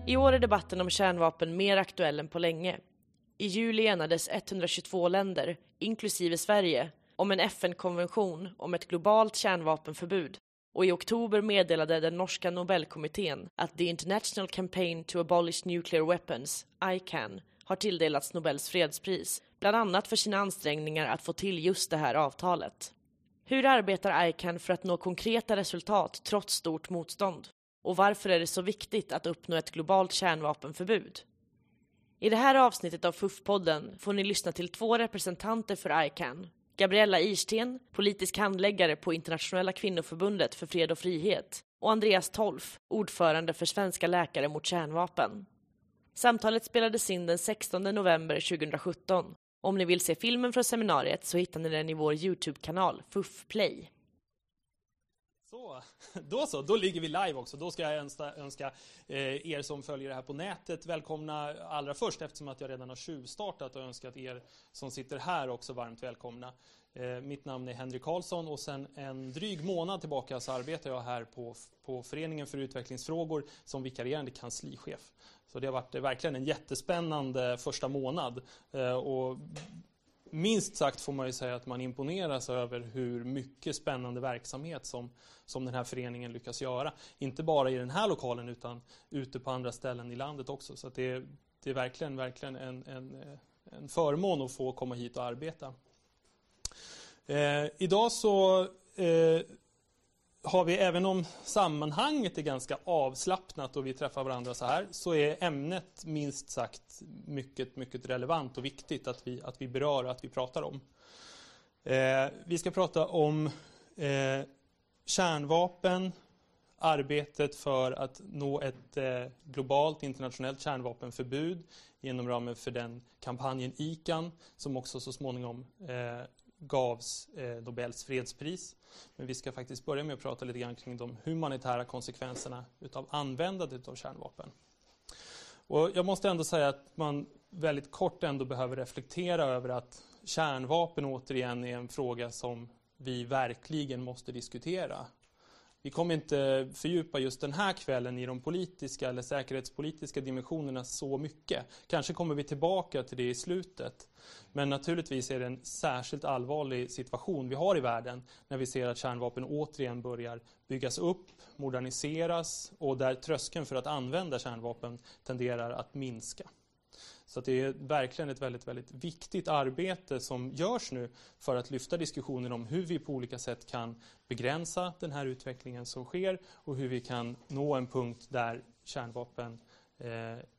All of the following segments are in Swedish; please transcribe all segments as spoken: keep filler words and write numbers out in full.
I år är debatten om kärnvapen mer aktuell än på länge. I juli enades etthundratjugotvå länder, inklusive Sverige, om en F N-konvention om ett globalt kärnvapenförbud. Och i oktober meddelade den norska Nobelkommittén att The International Campaign to Abolish Nuclear Weapons, I C A N, har tilldelats Nobels fredspris, bland annat för sina ansträngningar att få till just det här avtalet. Hur arbetar I C A N för att nå konkreta resultat trots stort motstånd? Och varför är det så viktigt att uppnå ett globalt kärnvapenförbud? I det här avsnittet av F U F-podden får ni lyssna till två representanter för I C A N. Gabriella Irsten, politisk handläggare på Internationella kvinnoförbundet för fred och frihet, och Andreas Tolf, ordförande för Svenska läkare mot kärnvapen. Samtalet spelades in den sextonde november tjugohundrasjutton. Om ni vill se filmen från seminariet så hittar ni den i vår YouTube-kanal F U F Play. Så, då så, då ligger vi live också. Då ska jag önska, önska eh, er som följer det här på nätet välkomna allra först, eftersom att jag redan har tjuvstartat, och önskat er som sitter här också varmt välkomna. Eh, mitt namn är Henrik Karlsson, och sedan en dryg månad tillbaka så arbetar jag här på, på Föreningen för utvecklingsfrågor som vikarierande kanslichef. Så det har varit verkligen en jättespännande första månad, eh, och minst sagt får man ju säga att man imponeras över hur mycket spännande verksamhet som, som den här föreningen lyckas göra. Inte bara i den här lokalen utan ute på andra ställen i landet också. Så att det, det är verkligen, verkligen en, en, en förmån att få komma hit och arbeta. Eh, idag så eh, har vi, även om sammanhanget är ganska avslappnat och vi träffar varandra så här, så är ämnet minst sagt mycket, mycket relevant och viktigt att vi, att vi berör och att vi pratar om. Eh, vi ska prata om eh, kärnvapen, arbetet för att nå ett eh, globalt internationellt kärnvapenförbud genom ramen för den kampanjen I C A N, som också så småningom eh, gavs eh, Nobels fredspris. Men vi ska faktiskt börja med att prata lite grann kring de humanitära konsekvenserna utav användandet av kärnvapen. Och jag måste ändå säga att man väldigt kort ändå behöver reflektera över att kärnvapen återigen är en fråga som vi verkligen måste diskutera. Vi kommer inte fördjupa just den här kvällen i de politiska eller säkerhetspolitiska dimensionerna så mycket. Kanske kommer vi tillbaka till det i slutet. Men naturligtvis är det en särskilt allvarlig situation vi har i världen när vi ser att kärnvapen återigen börjar byggas upp, moderniseras, och där tröskeln för att använda kärnvapen tenderar att minska. Så det är verkligen ett väldigt, väldigt viktigt arbete som görs nu för att lyfta diskussionen om hur vi på olika sätt kan begränsa den här utvecklingen som sker och hur vi kan nå en punkt där kärnvapen eh, eh,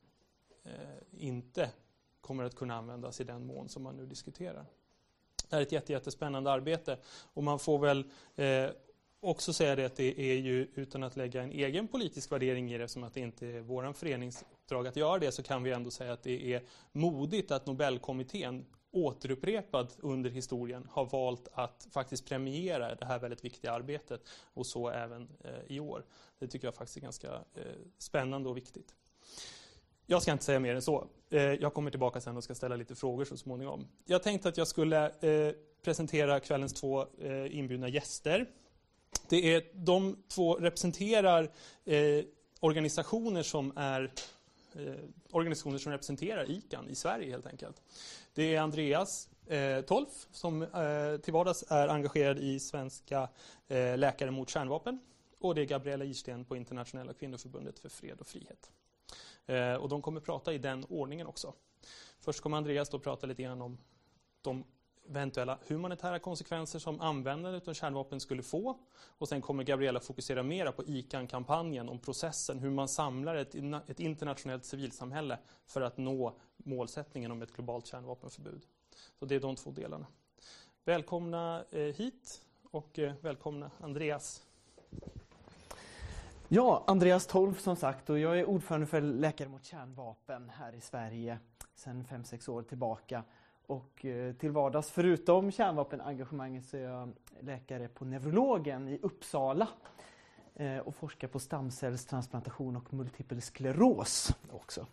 inte kommer att kunna användas i den mån som man nu diskuterar. Det här är ett jätte, jättespännande arbete, och man får väl eh, också säga det att det är ju, utan att lägga en egen politisk värdering i det, som att det inte är våran föreningsuppdrag att göra det, så kan vi ändå säga att det är modigt att Nobelkommittén återupprepat under historien har valt att faktiskt premiera det här väldigt viktiga arbetet, och så även eh, i år. Det tycker jag faktiskt är ganska eh, spännande och viktigt. Jag ska inte säga mer än så. Eh, jag kommer tillbaka sen och ska ställa lite frågor så småningom. Jag tänkte att jag skulle eh, presentera kvällens två eh, inbjudna gäster. Det är, de två representerar eh, organisationer som är eh, organisationer som representerar I C A N i Sverige helt enkelt. Det är Andreas eh, Tolf som eh, till vardags är engagerad i Svenska eh, läkare mot kärnvapen, och det är Gabriella Irsten på Internationella kvinnoförbundet för fred och frihet. Eh, och de kommer prata i den ordningen också. Först kommer Andreas då prata lite grann om de eventuella humanitära konsekvenser som användandet av kärnvapen skulle få. Och sen kommer Gabriella fokusera mera på I C A N-kampanjen, om processen, hur man samlar ett, ett internationellt civilsamhälle för att nå målsättningen om ett globalt kärnvapenförbud. Så det är de två delarna. Välkomna eh, hit, och eh, välkomna Andreas. Ja, Andreas Tolf som sagt, och jag är ordförande för Läkare mot kärnvapen här i Sverige sedan fem sex år tillbaka. Och till vardags, förutom kärnvapenengagemanget, så är jag läkare på neurologen i Uppsala och forskar på stamcellstransplantation och multipel skleros också.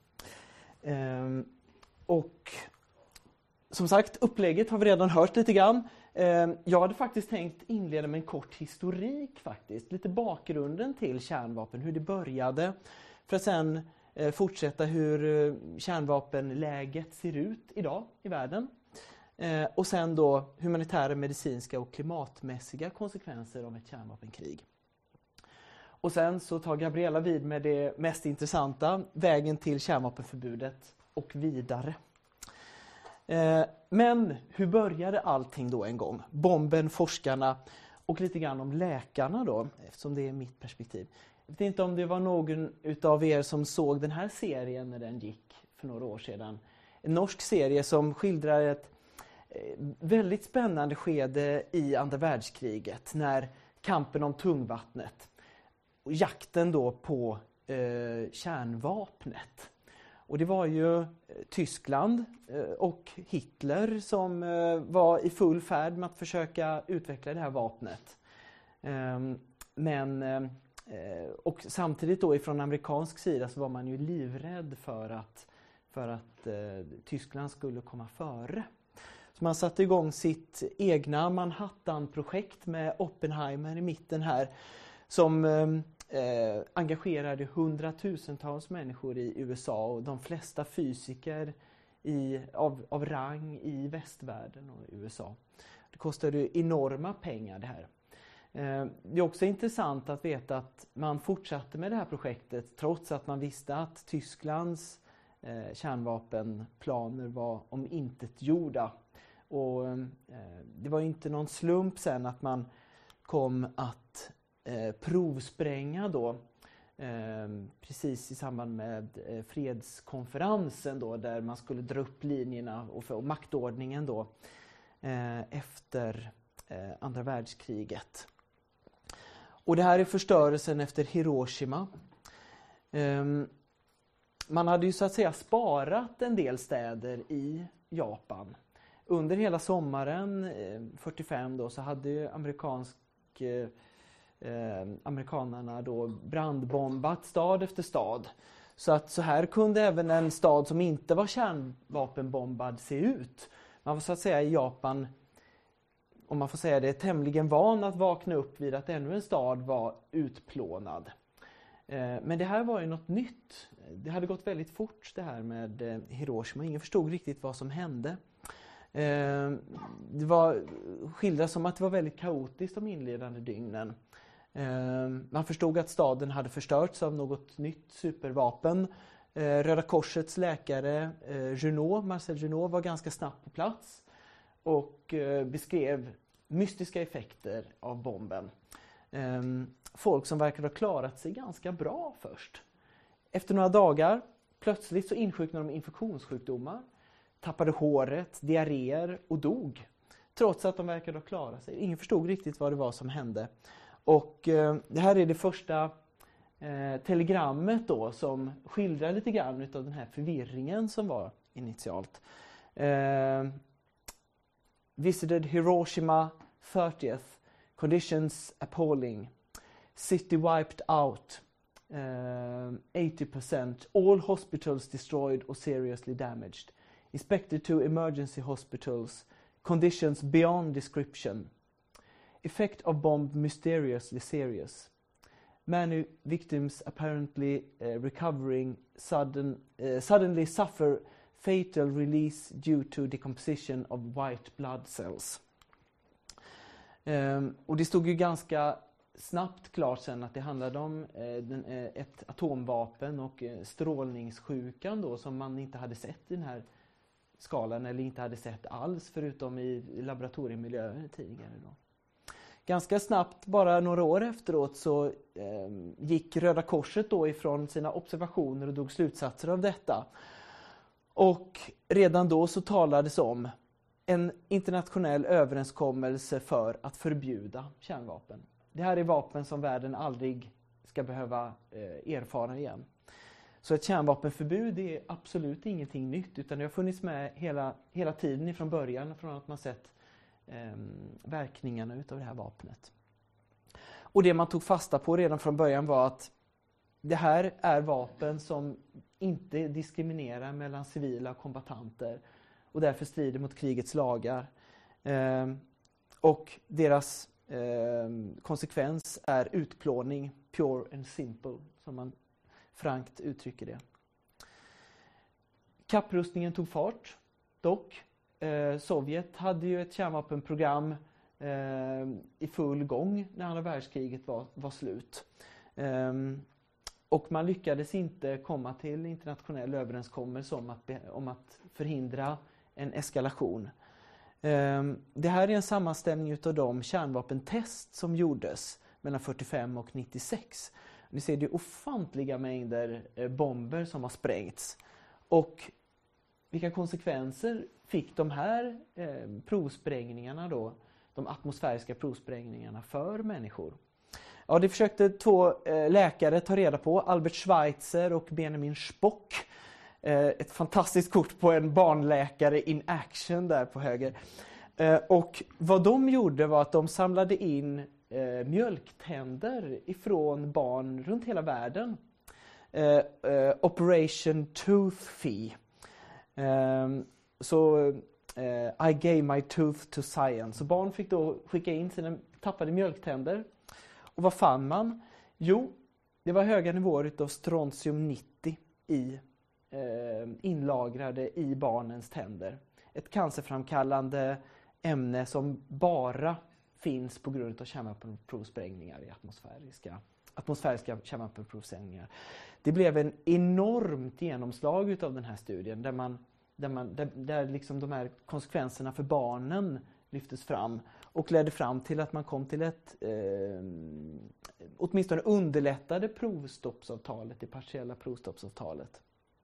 Och som sagt, upplägget har vi redan hört lite grann. Jag hade faktiskt tänkt inleda med en kort historik faktiskt. Lite bakgrunden till kärnvapen, hur det började. För att sen eh, fortsätta hur eh, kärnvapenläget ser ut idag i världen. Eh, och sen då humanitära, medicinska och klimatmässiga konsekvenser av ett kärnvapenkrig. Och sen så tar Gabriella vid med det mest intressanta, vägen till kärnvapenförbudet och vidare. Eh, men hur började allting då en gång? Bomben, forskarna och lite grann om läkarna då, eftersom det är mitt perspektiv. Jag vet inte om det var någon utav er som såg den här serien när den gick för några år sedan. En norsk serie som skildrar ett väldigt spännande skede i andra världskriget när kampen om tungvattnet och jakten då på eh, kärnvapnet. Och det var ju Tyskland eh, och Hitler som eh, var i full färd med att försöka utveckla det här vapnet. Eh, men eh, och samtidigt då ifrån amerikansk sida så var man ju livrädd för att, för att eh, Tyskland skulle komma före. Så man satte igång sitt egna Manhattan-projekt med Oppenheimer i mitten här som eh, engagerade hundratusentals människor i U S A och de flesta fysiker i, av, av rang i västvärlden och U S A. Det kostade enorma pengar det här. Eh, det är också intressant att veta att man fortsatte med det här projektet trots att man visste att Tysklands eh, kärnvapenplaner var omintetgjorda. Och eh, det var inte någon slump sen att man kom att eh, provspränga då eh, precis i samband med eh, fredskonferensen då där man skulle dra upp linjerna och, för, och maktordningen då eh, efter eh, andra världskriget. Och det här är förstörelsen efter Hiroshima. Eh, man hade ju så att säga sparat en del städer i Japan. Under hela sommaren fyrtiofem då, så hade ju amerikansk, eh, amerikanerna då brandbombat stad efter stad. Så att så här kunde även en stad som inte var kärnvapenbombad se ut. Man var så att säga i Japan, om man får säga det, tämligen van att vakna upp vid att ännu en stad var utplånad. Eh, men det här var ju något nytt. Det hade gått väldigt fort det här med eh, Hiroshima. Ingen förstod riktigt vad som hände. Eh, det var skildrat som att det var väldigt kaotiskt de inledande dygnen. Eh, man förstod att staden hade förstörts av något nytt supervapen. Eh, Röda Korsets läkare eh, Junot, Marcel Junot var ganska snabbt på plats och eh, beskrev mystiska effekter av bomben. Eh, folk som verkade ha klarat sig ganska bra först. Efter några dagar plötsligt så insjuknade de infektionssjukdomar. Tappade håret, diarréer och dog. Trots att de verkade ha klarat sig. Ingen förstod riktigt vad det var som hände. Och eh, det här är det första eh, telegrammet då som skildrar lite grann utav den här förvirringen som var initialt. Eh, visited Hiroshima thirtieth. Conditions appalling. City wiped out. Uh, eighty percent. All hospitals destroyed or seriously damaged. Inspected to emergency hospitals. Conditions beyond description. Effect of bomb mysteriously serious. Many victims apparently uh, recovering sudden, uh, suddenly suffer fatal release due to decomposition of white blood cells. Um, och det stod ju ganska snabbt klart sen att det handlade om eh, den, eh, ett atomvapen och eh, strålningssjukan då som man inte hade sett i den här skalan eller inte hade sett alls förutom i laboratoriemiljöer tidigare då. Ganska snabbt, bara några år efteråt, så eh, gick Röda Korset då ifrån sina observationer och drog slutsatser av detta. Och redan då så talades om en internationell överenskommelse för att förbjuda kärnvapen. Det här är vapen som världen aldrig ska behöva eh, erfara igen. Så ett kärnvapenförbud är absolut ingenting nytt, utan det har funnits med hela, hela tiden ifrån början, från att man sett eh, verkningarna utav det här vapnet. Och det man tog fasta på redan från början var att det här är vapen som inte diskriminerar mellan civila och kombattanter och därför strider mot krigets lagar. Eh, och deras Eh, konsekvens är utplåning, pure and simple, som man frankt uttrycker det. kapprustningen tog fart dock. Eh, Sovjet hade ju ett kärnvapenprogram eh, i full gång när andra världskriget var, var slut. Eh, och man lyckades inte komma till internationell överenskommelse om att, om att förhindra en eskalation. Eh, det här är en sammanställning av de kärnvapentest som gjordes mellan fyrtiofem och nittiosex. Ni ser det ofantliga mängder eh, bomber som har sprängts. Och vilka konsekvenser fick de här eh, provsprängningarna då, de atmosfäriska provsprängningarna för människor? Ja, det försökte två eh, läkare ta reda på, Albert Schweitzer och Benjamin Spock. Eh, ett fantastiskt kort på en barnläkare in action där på höger. Eh, och vad de gjorde var att de samlade in eh, mjölktänder ifrån barn runt hela världen. Eh, eh, Operation Tooth Fee. Um, så uh, I gave my tooth to science. Så barn fick då skicka in sina tappade mjölktänder. Och vad fann man? Jo, det var höga nivåer av strontium nittio i, uh, inlagrade i barnens tänder. Ett cancerframkallande ämne som bara finns på grund av kärnvapenprovsprängningar i atmosfäriska, atmosfäriska kärnvapenprovsprängningar. Det blev en enormt genomslag utav den här studien där, man, där, man, där, där liksom de här konsekvenserna för barnen lyftes fram och ledde fram till att man kom till ett eh, åtminstone underlättade provstoppsavtalet, det partiella provstoppsavtalet.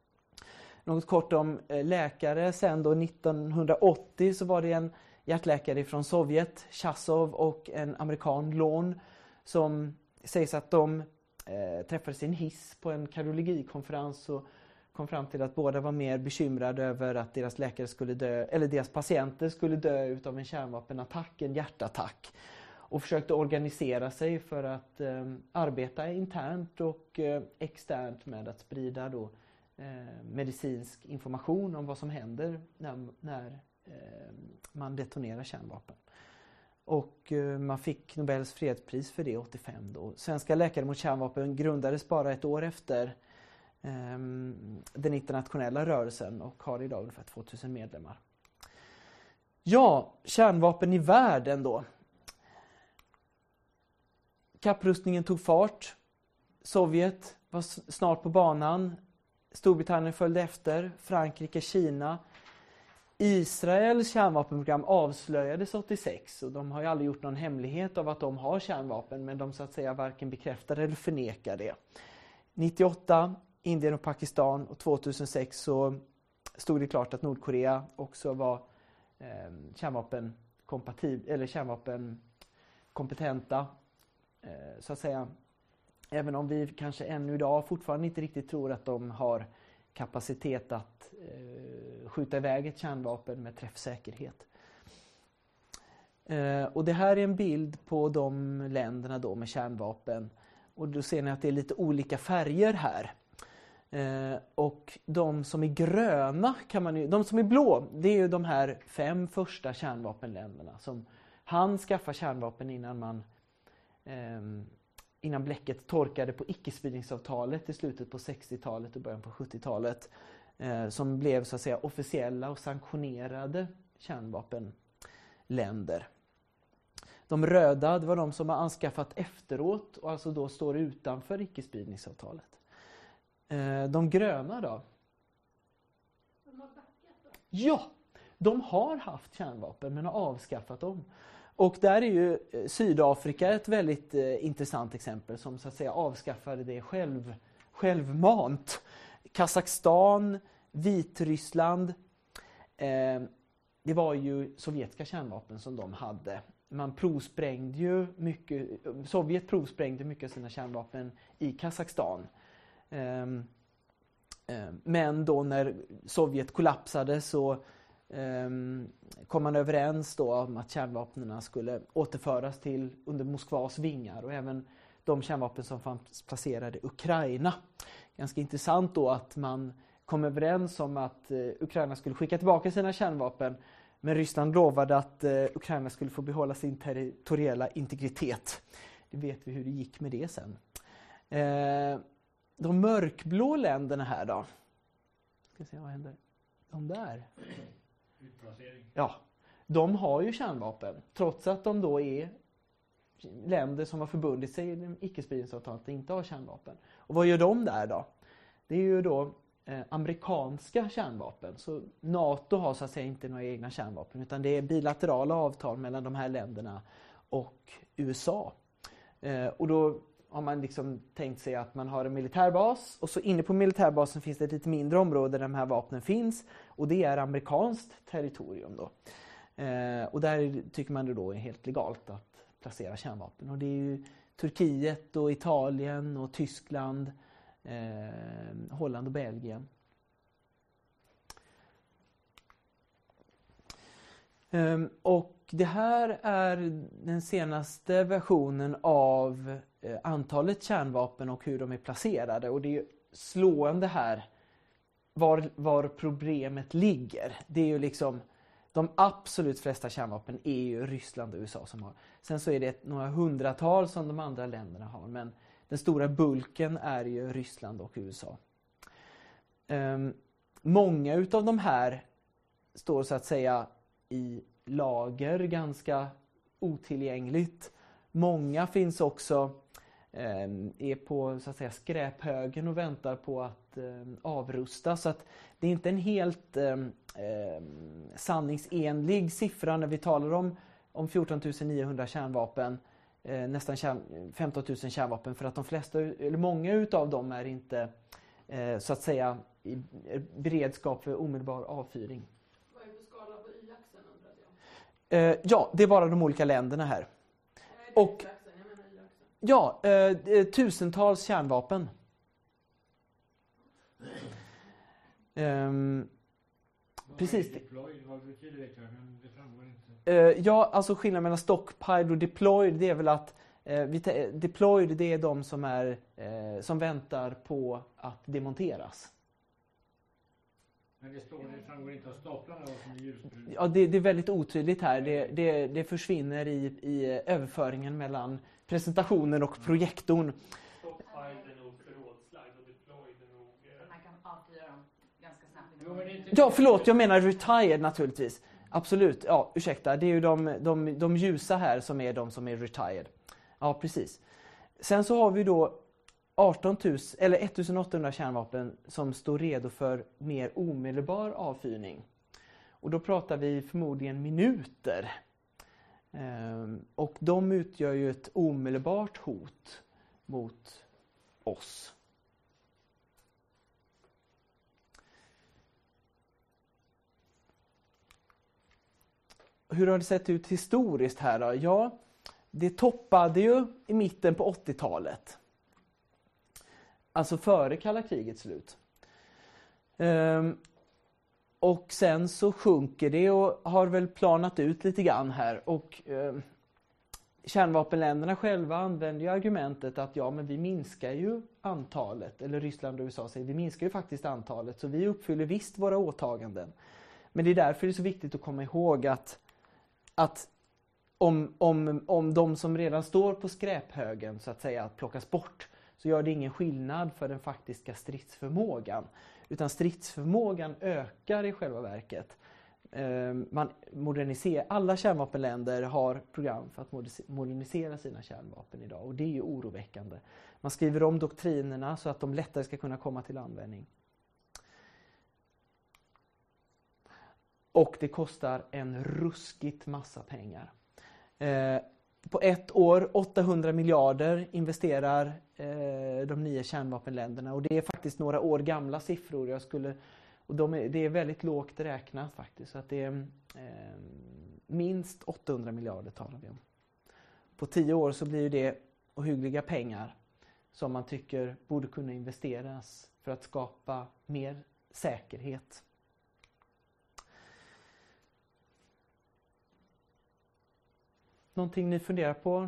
Något kort om eh, läkare. Sen då nittonhundraåttio så var det en hjärtläkare från Sovjet, Chasov, och en amerikan, Lon, som sägs att de eh, träffades i en hiss på en kardiologikonferens och kom fram till att båda var mer bekymrade över att deras läkare skulle dö, eller deras patienter skulle dö utav en kärnvapenattack, en hjärtattack. Och försökte organisera sig för att eh, arbeta internt och eh, externt med att sprida då, eh, medicinsk information om vad som händer när, när eh, man detonerar kärnvapen. Och eh, man fick Nobels fredspris för det åttiofem då. Svenska läkare mot kärnvapen grundades bara ett år efter eh, den internationella rörelsen och har idag ungefär tvåtusen medlemmar. Ja, kärnvapen i världen då. Kapprustningen tog fart. Sovjet var snart på banan. Storbritannien följde efter. Frankrike, Kina. Israels kärnvapenprogram avslöjades åttiosex och de har ju aldrig gjort någon hemlighet av att de har kärnvapen, men de så att säga varken bekräftar eller förnekar det. nittioåtta, Indien och Pakistan, och tvåtusensex så stod det klart att Nordkorea också var eh, kärnvapenkompatibla eller kärnvapenkompetenta. Eh, så att säga, även om vi kanske ännu idag fortfarande inte riktigt tror att de har kapacitet att eh, skjuta iväg ett kärnvapen med träffsäkerhet. Eh, och det här är en bild på de länderna då med kärnvapen. Och då ser ni att det är lite olika färger här. Eh, och de som är gröna kan man ju, de som är blå, det är ju de här fem första kärnvapenländerna som hann skaffa kärnvapen innan man eh, innan bläcket torkade på icke-spridningsavtalet i slutet på sextiotalet och början på sjuttiotalet, eh, som blev så att säga officiella och sanktionerade kärnvapenländer. De röda, det var de som har anskaffat efteråt och alltså då står utanför icke-spridningsavtalet. Eh, de gröna då? De har backat då? Ja, de har haft kärnvapen men har avskaffat dem. Och där är ju Sydafrika ett väldigt eh, intressant exempel som så att säga avskaffade det själv, självmant. Kazakstan, Vitryssland, eh, det var ju sovjetiska kärnvapen som de hade. Man provsprängde ju mycket, Sovjet provsprängde mycket av sina kärnvapen i Kazakstan. Eh, eh, men då när Sovjet kollapsade så Um, kom man överens då om att kärnvapnen skulle återföras till under Moskvas vingar och även de kärnvapen som fanns placerade i Ukraina. Ganska intressant då att man kom överens om att uh, Ukraina skulle skicka tillbaka sina kärnvapen, men Ryssland lovade att uh, Ukraina skulle få behålla sin territoriella integritet. Det vet vi hur det gick med det sen. Uh, de mörkblå länderna här då. Ska se vad händer. de där. Utplacering. Ja, de har ju kärnvapen. Trots att de då är länder som har förbundit sig i icke-spridningsavtalet att inte ha kärnvapen. Och vad gör de där då? Det är ju då eh, amerikanska kärnvapen. Så NATO har så att säga inte några egna kärnvapen, utan det är bilaterala avtal mellan de här länderna och U S A. Eh, och då har man liksom tänkt sig att man har en militärbas, och så inne på militärbasen finns det ett lite mindre område där de här vapnen finns, och det är amerikanskt territorium då. Eh, och där tycker man det då är helt legalt att placera kärnvapen. Och det är ju Turkiet och Italien och Tyskland, eh, Holland och Belgien. Um, och det här är den senaste versionen av eh, antalet kärnvapen och hur de är placerade. Och det är slående här var, var problemet ligger. Det är ju liksom de absolut flesta kärnvapen är ju Ryssland och U S A som har. Sen så är det några hundratal som de andra länderna har, men den stora bulken är ju Ryssland och U S A. Um, många utav de här står så att säga i lager, ganska otillgängligt. Många finns också eh, är på så att säga skräphögen och väntar på att eh, avrusta, så att det är inte en helt eh, eh, sanningsenlig siffra när vi talar om om fjorton tusen niohundra kärnvapen, eh, nästan kärn, femton tusen kärnvapen, för att de flesta eller många utav dem är inte eh, så att säga i beredskap för omedelbar avfyring. Uh, ja, det är bara de olika länderna här. Och ja, uh, tusentals kärnvapen. Um, precis. Deployed, vad betyder det? Men det framgår inte. Uh, ja, alltså skillnaden mellan stockpiled och deployed, det är väl att uh, vi ta- deployed, det är de som är uh, som väntar på att demonteras. Men det, står, det framgår inte av staplarna vad som är ljusbrun. Ja, det, det är väldigt otydligt här. Det, det, det försvinner i, i överföringen mellan presentationen och projektorn. Stockpiled är nog förrådslagd och deployed är nog... Man kan avfyra dem ganska snabbt. Jo, men det är inte... Ja, förlåt, jag menar retired naturligtvis. Absolut, ja, ursäkta. Det är ju de, de, de ljusa här som är de som är retired. Ja, precis. Sen så har vi då arton tusen, eller ettusen åttahundra kärnvapen som står redo för mer omedelbar avfyrning. Och då pratar vi förmodligen minuter. Ehm, och de utgör ju ett omedelbart hot mot oss. Hur har det sett ut historiskt här då? Ja, det toppade ju i mitten på åttiotalet. Alltså före kalla krigets slut. Um, och sen så sjunker det och har väl planat ut lite grann här. Och um, kärnvapenländerna själva använder ju argumentet att ja, men vi minskar ju antalet. Eller Ryssland och U S A säger vi minskar ju faktiskt antalet. Så vi uppfyller visst våra åtaganden. Men det är därför det är så viktigt att komma ihåg att, att om, om, om de som redan står på skräphögen så att säga att plockas bort, så gör det ingen skillnad för den faktiska stridsförmågan. Utan stridsförmågan ökar i själva verket. Man moderniserar, alla kärnvapenländer har program för att modernisera sina kärnvapen idag. Och det är ju oroväckande. Man skriver om doktrinerna så att de lättare ska kunna komma till användning. Och det kostar en ruskigt massa pengar. På ett år, åttahundra miljarder investerar eh, de nya kärnvapenländerna. Och det är faktiskt några år gamla siffror. Jag skulle, och de är, det är väldigt lågt räknat faktiskt. Så att det är eh, minst åttahundra miljarder talar vi om. På tio år så blir det ohyggliga pengar som man tycker borde kunna investeras för att skapa mer säkerhet. Någonting ni funderar på?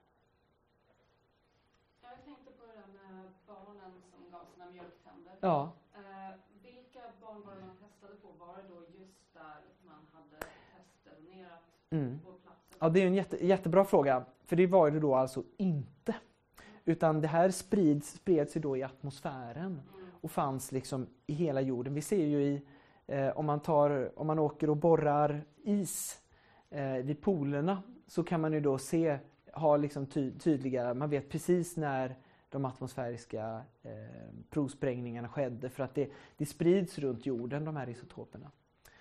Jag tänkte på det där med barnen som gav sina mjölktänder. Ja. Eh, vilka barn var det man testade på? Var det då just där man hade testdeponerat Mm. på platsen? Ja, det är en jätte, jättebra fråga. För det var det då alltså inte. Utan det här sprids, spreds ju då i atmosfären. Mm. Och fanns liksom i hela jorden. Vi ser ju i Eh, om, man tar, om man åker och borrar is eh, vid polerna så kan man ju då se, ha liksom ty- tydliga, man vet precis när de atmosfäriska eh, provsprängningarna skedde, för att det, det sprids runt jorden, de här isotoperna.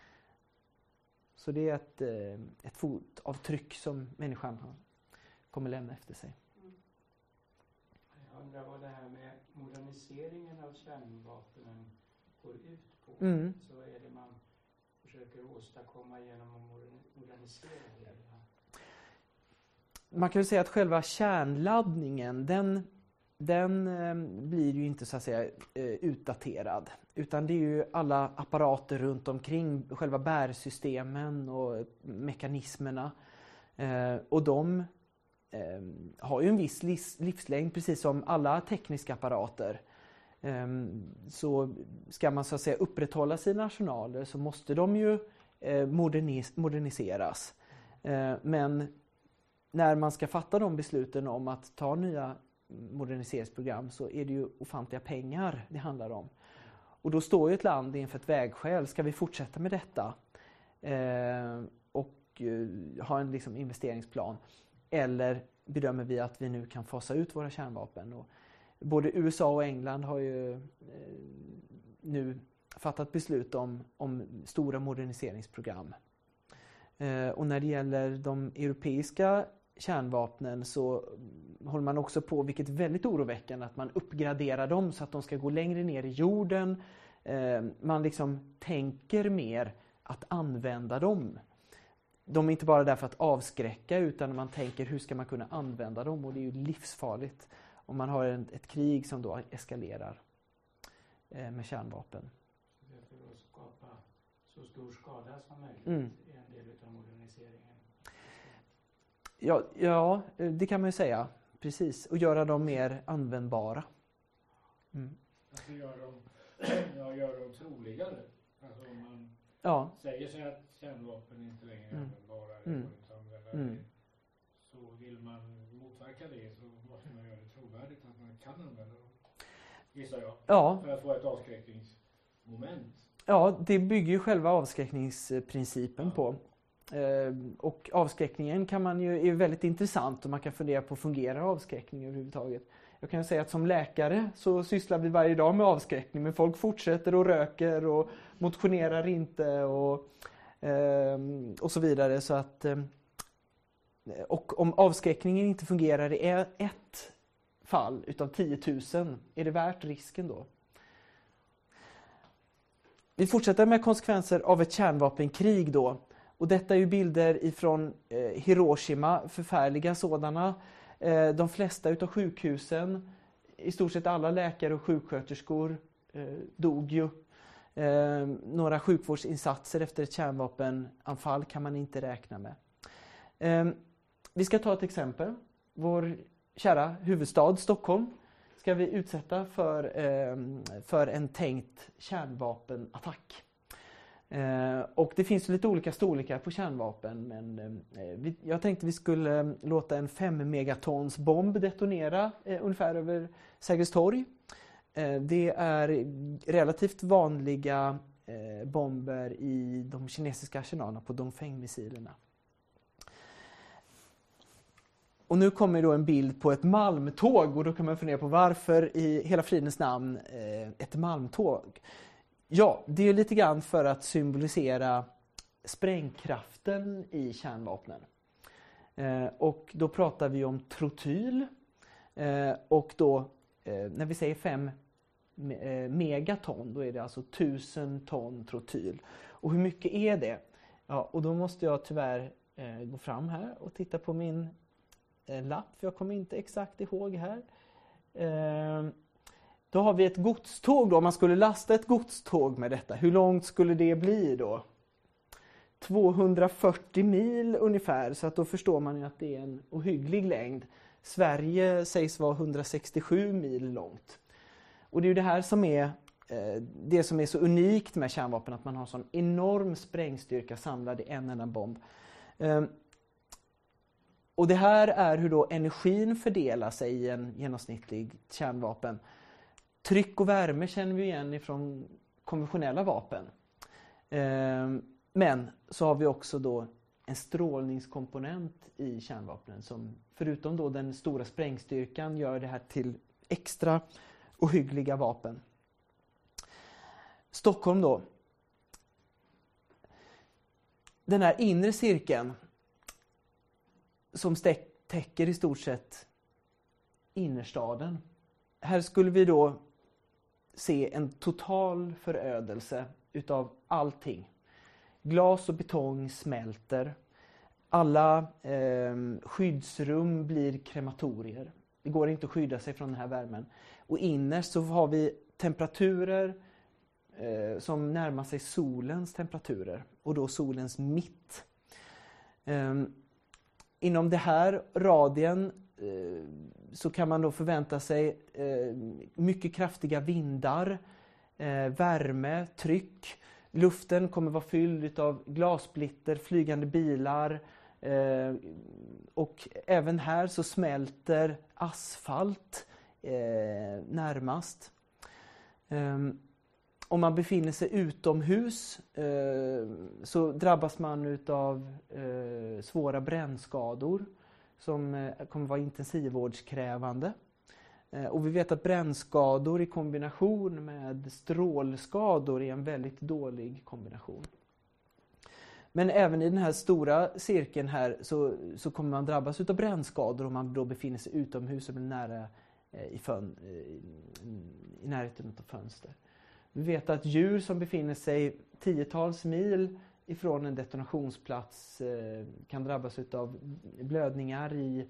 Så det är ett, eh, ett fotavtryck som människan har, kommer lämna efter sig. Jag undrar vad det här med moderniseringen av kärnvapnen går ut på. Mm. Så vad är det man försöker åstadkomma genom att modernisera det? Man kan ju säga att själva kärnladdningen, den, den eh, blir ju inte så att säga eh, utdaterad. Utan det är ju alla apparater runt omkring, själva bärsystemen och mekanismerna. Eh, och de eh, har ju en viss livs, livslängd, precis som alla tekniska apparater. Eh, så ska man så att säga upprätthålla sina arsenaler så måste de ju eh, modernis- moderniseras. Eh, men när man ska fatta de besluten om att ta nya moderniseringsprogram så är det ju ofantliga pengar det handlar om. Och då står ju ett land inför ett vägskäl. Ska vi fortsätta med detta eh, och eh, ha en liksom, investeringsplan? Eller bedömer vi att vi nu kan fasa ut våra kärnvapen? Och både U S A och England har ju eh, nu fattat beslut om, om stora moderniseringsprogram. Eh, och när det gäller de europeiska kärnvapnen så håller man också på, vilket är väldigt oroväckande, att man uppgraderar dem så att de ska gå längre ner i jorden. Eh, man liksom tänker mer att använda dem. De är inte bara där för att avskräcka, utan man tänker hur ska man kunna använda dem, och det är ju livsfarligt om man har en, ett krig som då eskalerar eh, med kärnvapen. Så det är för att skapa så stor skada som möjligt Mm. är en del av moderniseringen. Ja, ja, det kan man ju säga. Precis. Och göra dem mer användbara. Mm. Alltså gör dem, ja, gör dem troligare. Alltså om man Ja. säger sig att kärnvapen inte längre är Mm. användbara, eller Mm. går inte att använda Mm. det, så vill man motverka det så måste man göra det trovärdigt att man kan använda dem. Gissar jag. Ja. För att få ett avskräckningsmoment. Ja, det bygger ju själva avskräckningsprincipen på. Eh, och avskräckningen kan man ju, är väldigt intressant, och man kan fundera på, fungerar avskräckning överhuvudtaget? Jag kan säga att som läkare så sysslar vi varje dag med avskräckning, men folk fortsätter och röker och motionerar inte och, eh, och så vidare. Så att, eh, och om avskräckningen inte fungerar i ett fall utav tio tusen, är det värt risken då? Vi fortsätter med konsekvenser av ett kärnvapenkrig då. Och detta är ju bilder ifrån eh, Hiroshima, förfärliga sådana. Eh, de flesta utav sjukhusen, i stort sett alla läkare och sjuksköterskor eh, dog ju. Eh, några sjukvårdsinsatser efter ett kärnvapenanfall kan man inte räkna med. Eh, vi ska ta ett exempel. Vår kära huvudstad Stockholm ska vi utsätta för, eh, för en tänkt kärnvapenattack. Eh, och det finns lite olika storlekar på kärnvapen, men eh, vi, jag tänkte vi skulle eh, låta en fem megatons bomb detonera eh, ungefär över Sergels torg. Eh, det är relativt vanliga eh, bomber i de kinesiska arsenalerna på Dongfeng-missilerna. Och nu kommer då en bild på ett malmtåg, och då kan man fundera på varför i hela fridens namn eh, ett malmtåg. Ja, det är lite grann för att symbolisera sprängkraften i kärnvapnen. Eh, och då pratar vi om trotyl. Eh, och då, eh, när vi säger fem eh, megaton, då är det alltså tusen ton trotyl. Och hur mycket är det? Ja, och då måste jag tyvärr eh, gå fram här och titta på min eh, lapp, för jag kommer inte exakt ihåg här. Eh, Då har vi ett godståg då. Om man skulle lasta ett godståg med detta, hur långt skulle det bli då? tvåhundrafyrtio mil ungefär, så att då förstår man ju att det är en ohygglig längd. Sverige sägs vara hundrasextiosju mil långt. Och det är ju det här som är eh, det som är så unikt med kärnvapen, att man har sån enorm sprängstyrka samlad i en enda bomb. Eh, och det här är hur då energin fördelar sig i en genomsnittlig kärnvapen. Tryck och värme känner vi igen ifrån konventionella vapen. Eh, men så har vi också då en strålningskomponent i kärnvapnen som förutom då den stora sprängstyrkan gör det här till extra ohyggliga vapen. Stockholm då. Den här inre cirkeln som täcker i stort sett innerstaden. Här skulle vi då se en total förödelse utav allting. Glas och betong smälter. Alla eh, skyddsrum blir krematorier. Det går inte att skydda sig från den här värmen. Och innerst så har vi temperaturer eh, som närmar sig solens temperaturer. Och då solens mitt. Eh, inom det här radien eh, så kan man då förvänta sig eh, mycket kraftiga vindar, eh, värme, tryck. Luften kommer vara fylld av glassplitter, flygande bilar eh, och även här så smälter asfalt eh, närmast. Eh, om man befinner sig utomhus eh, så drabbas man av eh, svåra brännskador som eh, kommer vara intensivvårdskrävande. Och vi vet att brännskador i kombination med strålskador är en väldigt dålig kombination. Men även i den här stora cirkeln här så, så kommer man drabbas av brännskador om man då befinner sig utomhus och blir nära eh, i, fön, eh, i, i närheten av fönster. Vi vet att djur som befinner sig tiotals mil ifrån en detonationsplats eh, kan drabbas av blödningar i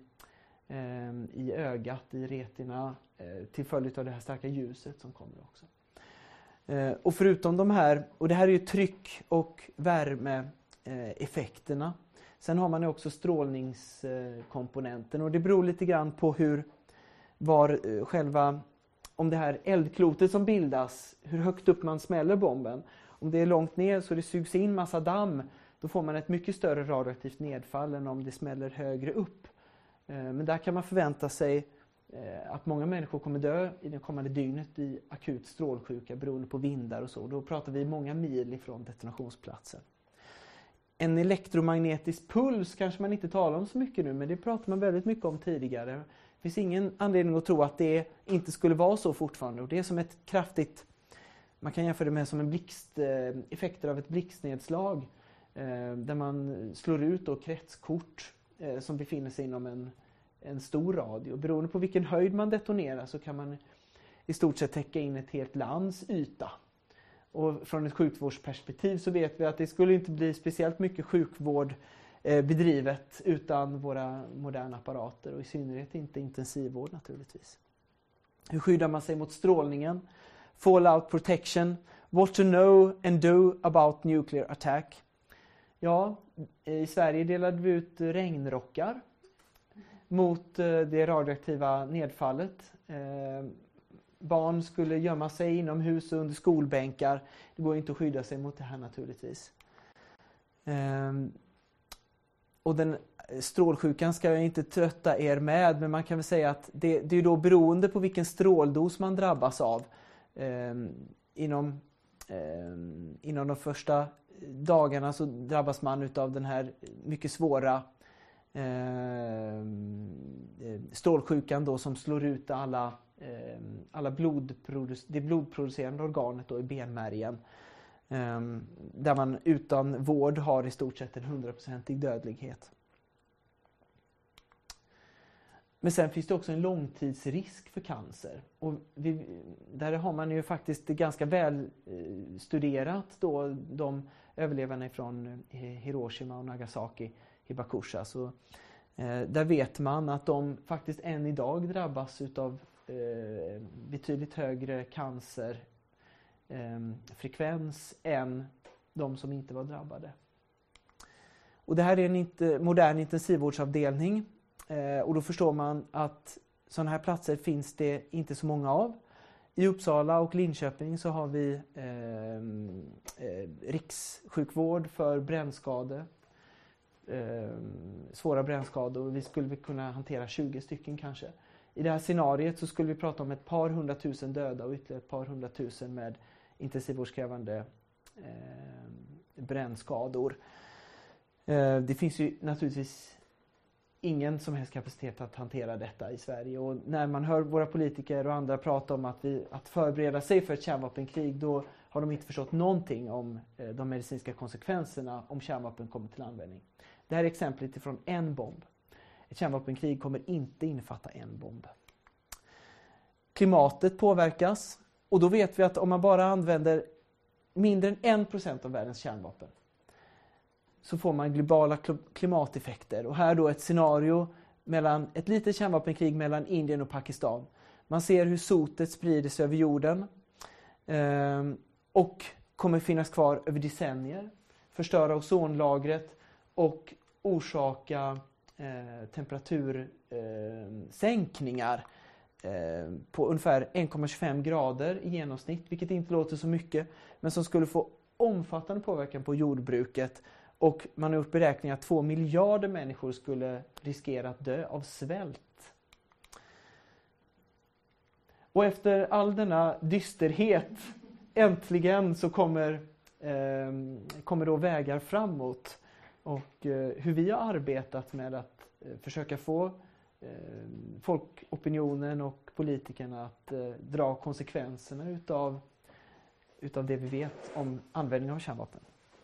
i ögat, i retina till följd av det här starka ljuset som kommer också. Och förutom de här, och det här är ju tryck- och värmeeffekterna. Sen har man ju också strålningskomponenten och det beror lite grann på hur var själva, om det här eldklotet som bildas, hur högt upp man smäller bomben. Om det är långt ner så det sugs in massa damm, då får man ett mycket större radioaktivt nedfall än om det smäller högre upp. Men där kan man förvänta sig att många människor kommer dö i det kommande dygnet i akut strålsjuka beroende på vindar och så. Då pratar vi många mil ifrån detonationsplatsen. En elektromagnetisk puls kanske man inte talar om så mycket nu, men det pratar man väldigt mycket om tidigare. Det finns ingen anledning att tro att det inte skulle vara så fortfarande. Och det är som ett kraftigt, man kan jämföra det med som en blixt, effekter av ett blixtnedslag där man slår ut då kretskort som befinner sig inom en, en stor radie. Beroende på vilken höjd man detonerar så kan man i stort sett täcka in ett helt lands yta. Och från ett sjukvårdsperspektiv så vet vi att det skulle inte bli speciellt mycket sjukvård eh, bedrivet utan våra moderna apparater och i synnerhet inte intensivvård naturligtvis. Hur skyddar man sig mot strålningen? Fallout protection. What to know and do about nuclear attack. Ja, i Sverige delade vi ut regnrockar mot det radioaktiva nedfallet. Eh, barn skulle gömma sig inomhus och under skolbänkar. Det går inte att skydda sig mot det här naturligtvis. Eh, och den strålsjukan ska jag inte trötta er med, men man kan väl säga att det, det är då beroende på vilken stråldos man drabbas av. Eh, inom, eh, inom de första dagarna så drabbas man av den här mycket svåra eh, strålsjukan då som slår ut alla, eh, alla blodproduc- det blodproducerande organet då i benmärgen. Eh, där man utan vård har i stort sett en hundraprocentig dödlighet. Men sen finns det också en långtidsrisk för cancer. Och vi, där har man ju faktiskt ganska väl eh, studerat då de överlevande från Hiroshima och Nagasaki, Hibakusha. Så, eh, där vet man att de faktiskt än idag drabbas av eh, betydligt högre cancerfrekvens eh, än de som inte var drabbade. Och det här är en inte, modern intensivvårdsavdelning. Eh, och då förstår man att sådana här platser finns det inte så många av. I Uppsala och Linköping så har vi eh, eh, rikssjukvård för brännskador. Eh, svåra brännskador. Vi skulle kunna hantera tjugo stycken kanske. I det här scenariet så skulle vi prata om ett par hundratusen döda och ytterligare ett par hundratusen med intensivvårdskrävande eh, brännskador. Eh, det finns ju naturligtvis ingen som helst kapacitet att hantera detta i Sverige. Och när man hör våra politiker och andra prata om att, vi, att förbereda sig för ett kärnvapenkrig, då har de inte förstått någonting om eh, de medicinska konsekvenserna om kärnvapen kommer till användning. Det här är exemplet ifrån en bomb. Ett kärnvapenkrig kommer inte innefatta en bomb. Klimatet påverkas, och då vet vi att om man bara använder mindre än en procent av världens kärnvapen, så får man globala klimateffekter. Och här då ett scenario mellan ett litet kärnvapenkrig mellan Indien och Pakistan. Man ser hur sotet sprider sig över jorden eh, och kommer finnas kvar över decennier, förstöra ozonlagret och orsaka eh, temperatursänkningar eh, på ungefär en komma tjugofem grader i genomsnitt, vilket inte låter så mycket, men som skulle få omfattande påverkan på jordbruket. Och man har gjort beräkningar att två miljarder människor skulle riskera att dö av svält. Och efter all denna dysterhet, äntligen så kommer, eh, kommer då vägar framåt. Och eh, hur vi har arbetat med att eh, försöka få eh, folkopinionen och politikerna att eh, dra konsekvenserna utav, utav det vi vet om användning av kärnvapen.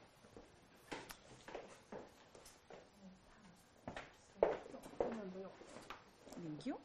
Jo.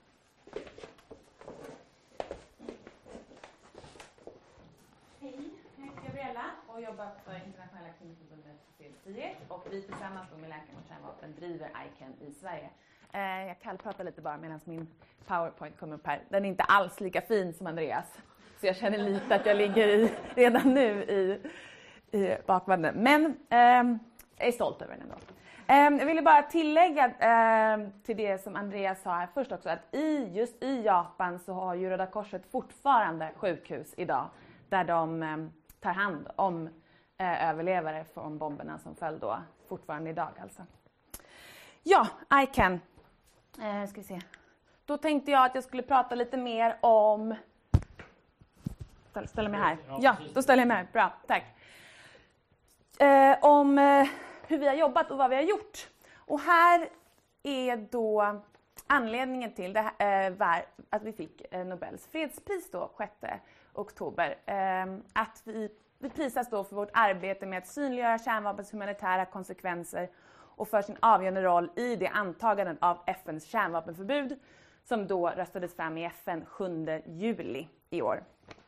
Hej, jag heter Gabriella och jobbar för Internationella kvinnoförbundet för frihet, och vi tillsammans med Läkare mot kärnvapen driver I C A N i Sverige. Eh, jag kallpratar lite bara medan min PowerPoint kommer upp här. Den är inte alls lika fin som Andreas, så jag känner lite att jag ligger i, redan nu i, i bakvagnen. Men eh, jag är stolt över den ändå. Jag ville bara tillägga eh, till det som Andreas sa här först också, att i, just i Japan så har ju Röda Korset fortfarande sjukhus idag där de eh, tar hand om eh, överlevare från bomberna som föll då, fortfarande idag alltså. Ja, I C A N. Eh, ska vi se. Då tänkte jag att jag skulle prata lite mer om... Ställer mig här. Ja, då ställer jag mig här. Bra, tack. Eh, om... Eh, hur vi har jobbat och vad vi har gjort. Och här är då anledningen till det här, var att vi fick Nobels fredspris då sjätte oktober. Att vi, vi prisas då för vårt arbete med att synliggöra kärnvapens humanitära konsekvenser och för sin avgörande roll i det antagandet av F N:s kärnvapenförbud som då röstades fram i F N sjunde juli i år.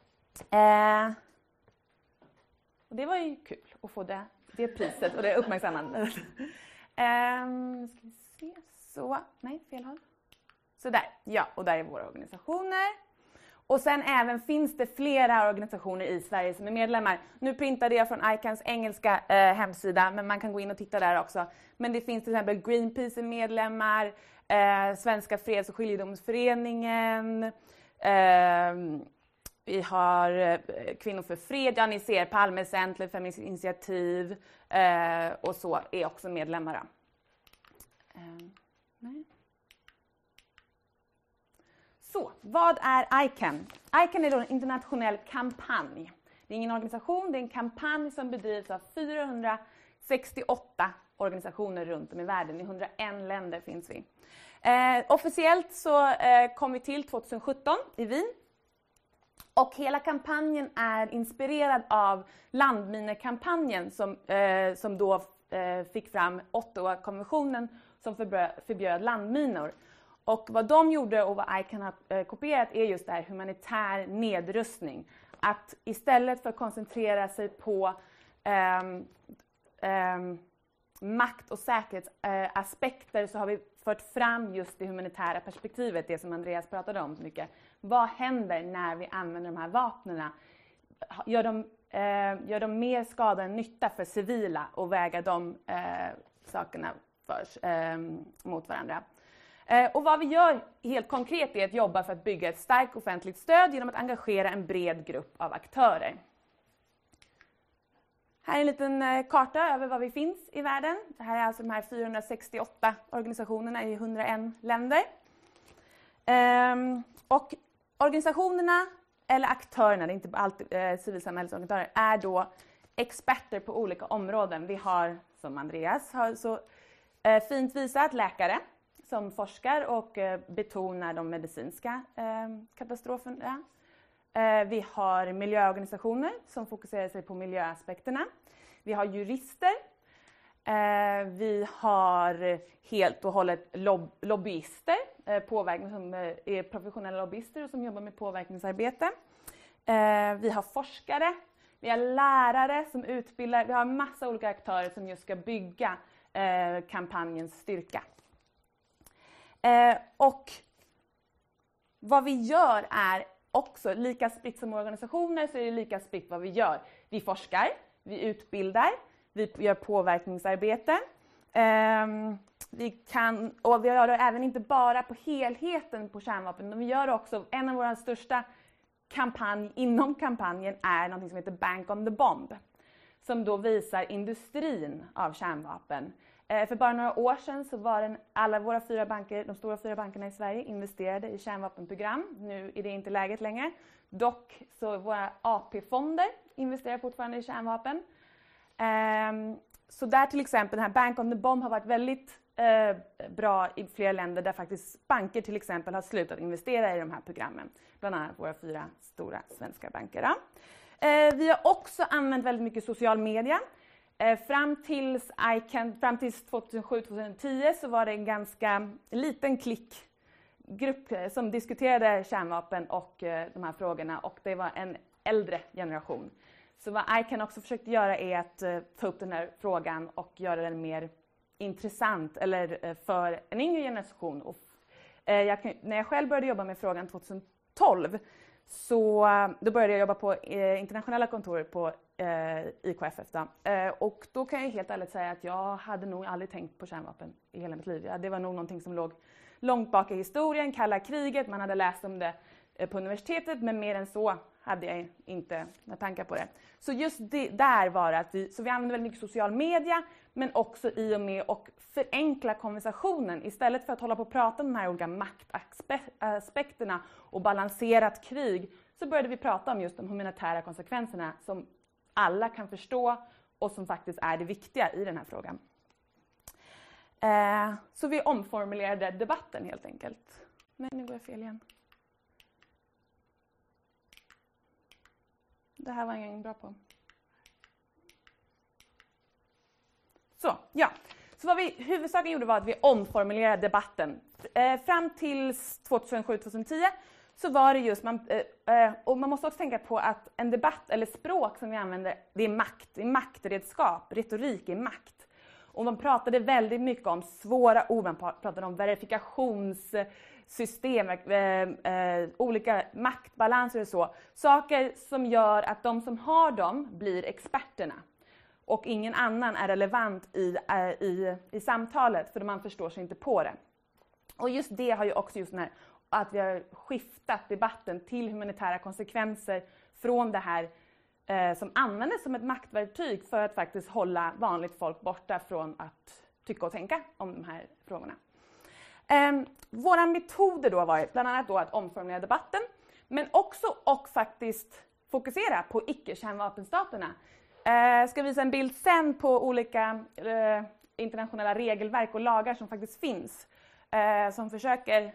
Och det var ju kul att få det. Det priset och det uppmärksammandet. um, ska vi se. Så, nej, fel håll. Så där, ja, och där är våra organisationer. Och sen även finns det flera organisationer i Sverige som är medlemmar. Nu printade jag från I C A N:s engelska eh, hemsida, men man kan gå in och titta där också. Men det finns till exempel Greenpeace är medlemmar, eh, Svenska freds- och skiljedomsföreningen, eh, vi har eh, Kvinnor för fred, ja ni ser Palmecentret, Feministiskt initiativ eh, och så är också medlemmar. Eh, nej. Så, vad är I C A N? I C A N är då en internationell kampanj. Det är ingen organisation, det är en kampanj som bedrivs av fyrahundrasextioåtta organisationer runt om i världen. I hundraett länder finns vi. Eh, officiellt så eh, kom vi till tjugohundrasjutton i Wien. Och hela kampanjen är inspirerad av landminekampanjen som, eh, som då eh, fick fram Ottawa-konventionen som förbjöd, förbjöd landminor. Och vad de gjorde och vad I C A N har eh, kopierat är just det här humanitär nedrustning. Att istället för att koncentrera sig på eh, eh, makt- och säkerhetsaspekter eh, så har vi fört fram just det humanitära perspektivet, det som Andreas pratade om så mycket. Vad händer när vi använder de här vapnena? Gör de, eh, gör de mer skada än nytta för civila och väga de eh, sakerna för, eh, mot varandra? Eh, och vad vi gör helt konkret är att jobba för att bygga ett starkt offentligt stöd genom att engagera en bred grupp av aktörer. Här är en liten eh, karta över vad vi finns i världen. Det här är alltså de här fyrahundrasextioåtta organisationerna i hundraett länder. Ehm, och organisationerna, eller aktörerna, det är inte alltid eh, civilsamhällets aktörer, är då experter på olika områden. Vi har, som Andreas har så eh, fint visat, läkare som forskar och eh, betonar de medicinska eh, katastroferna. Eh, vi har miljöorganisationer som fokuserar sig på miljöaspekterna. Vi har jurister. Eh, vi har helt och hållet lob- lobbyister, eh, påverkning, som eh, är professionella lobbyister och som jobbar med påverkningsarbete. Eh, vi har forskare, vi har lärare som utbildar, vi har en massa olika aktörer som just ska bygga eh, kampanjens styrka. Eh, och vad vi gör är också lika spritt som organisationer, så är det lika spritt vad vi gör. Vi forskar, vi utbildar, vi gör påverkningsarbete. Eh, vi kan, och vi gör det även inte bara på helheten på kärnvapen, utan vi gör också en av våra största kampanj inom kampanjen är något som heter Bank on the Bomb, som då visar industrin av kärnvapen. Eh, för bara några år sedan så var den, alla våra fyra banker, de stora fyra bankerna i Sverige investerade i kärnvapenprogram. Nu är det inte läget längre. Dock så våra A P-fonder investerar fortfarande i kärnvapen. Eh, så där till exempel den här Bank on the Bomb har varit väldigt eh, bra i flera länder där faktiskt banker till exempel har slutat investera i de här programmen. Bland annat våra fyra stora svenska banker. Eh, vi har också använt väldigt mycket social media. Eh, fram tills ICAN, fram tills tjugohundrasju tjugohundratio så var det en ganska liten klick grupp eh, som diskuterade kärnvapen och eh, de här frågorna, och det var en äldre generation. Så vad ICAN också försökte göra är att eh, ta upp den här frågan och göra den mer intressant eller eh, för en yngre generation. Och, eh, jag kan, när jag själv började jobba med frågan tjugohundratolv så då började jag jobba på eh, internationella kontor på eh, I K F F. Då. Eh, och då kan jag helt ärligt säga att jag hade nog aldrig tänkt på kärnvapen i hela mitt liv. Ja, det var nog någonting som låg långt bak i historien, kalla kriget, man hade läst om det eh, på universitetet, men mer än så hade jag inte några tankar på det. Så just det, där var det att vi, så vi använde väldigt mycket social media, men också i och med och förenkla konversationen. Istället för att hålla på och prata om de här olika maktaspekterna och balanserat krig, så började vi prata om just de humanitära konsekvenserna som alla kan förstå och som faktiskt är det viktiga i den här frågan. Eh, så vi omformulerade debatten helt enkelt. Nej, nu går jag fel igen. Det här var jag inte bra på. Så, ja. Så vad vi huvudsakligen gjorde var att vi omformulerade debatten. Eh, fram till tjugohundrasju tjugohundratio så var det just, man, eh, och man måste också tänka på att en debatt eller språk som vi använder, det är makt, det är maktredskap, retorik är makt. Och man pratade väldigt mycket om svåra ord, man pratade om verifikationssystem, eh, eh, olika maktbalanser och så. Saker som gör att de som har dem blir experterna. Och ingen annan är relevant i, i, i samtalet, för man förstår sig inte på det. Och just det har ju också just den här, att vi har skiftat debatten till humanitära konsekvenser från det här eh, som användes som ett maktverktyg för att faktiskt hålla vanligt folk borta från att tycka och tänka om de här frågorna. Eh, våra metoder då var bland annat då att omformulera debatten, men också och faktiskt fokusera på icke-kärnvapenstaterna. Jag ska visa en bild sen på olika eh, internationella regelverk och lagar som faktiskt finns. Eh, som försöker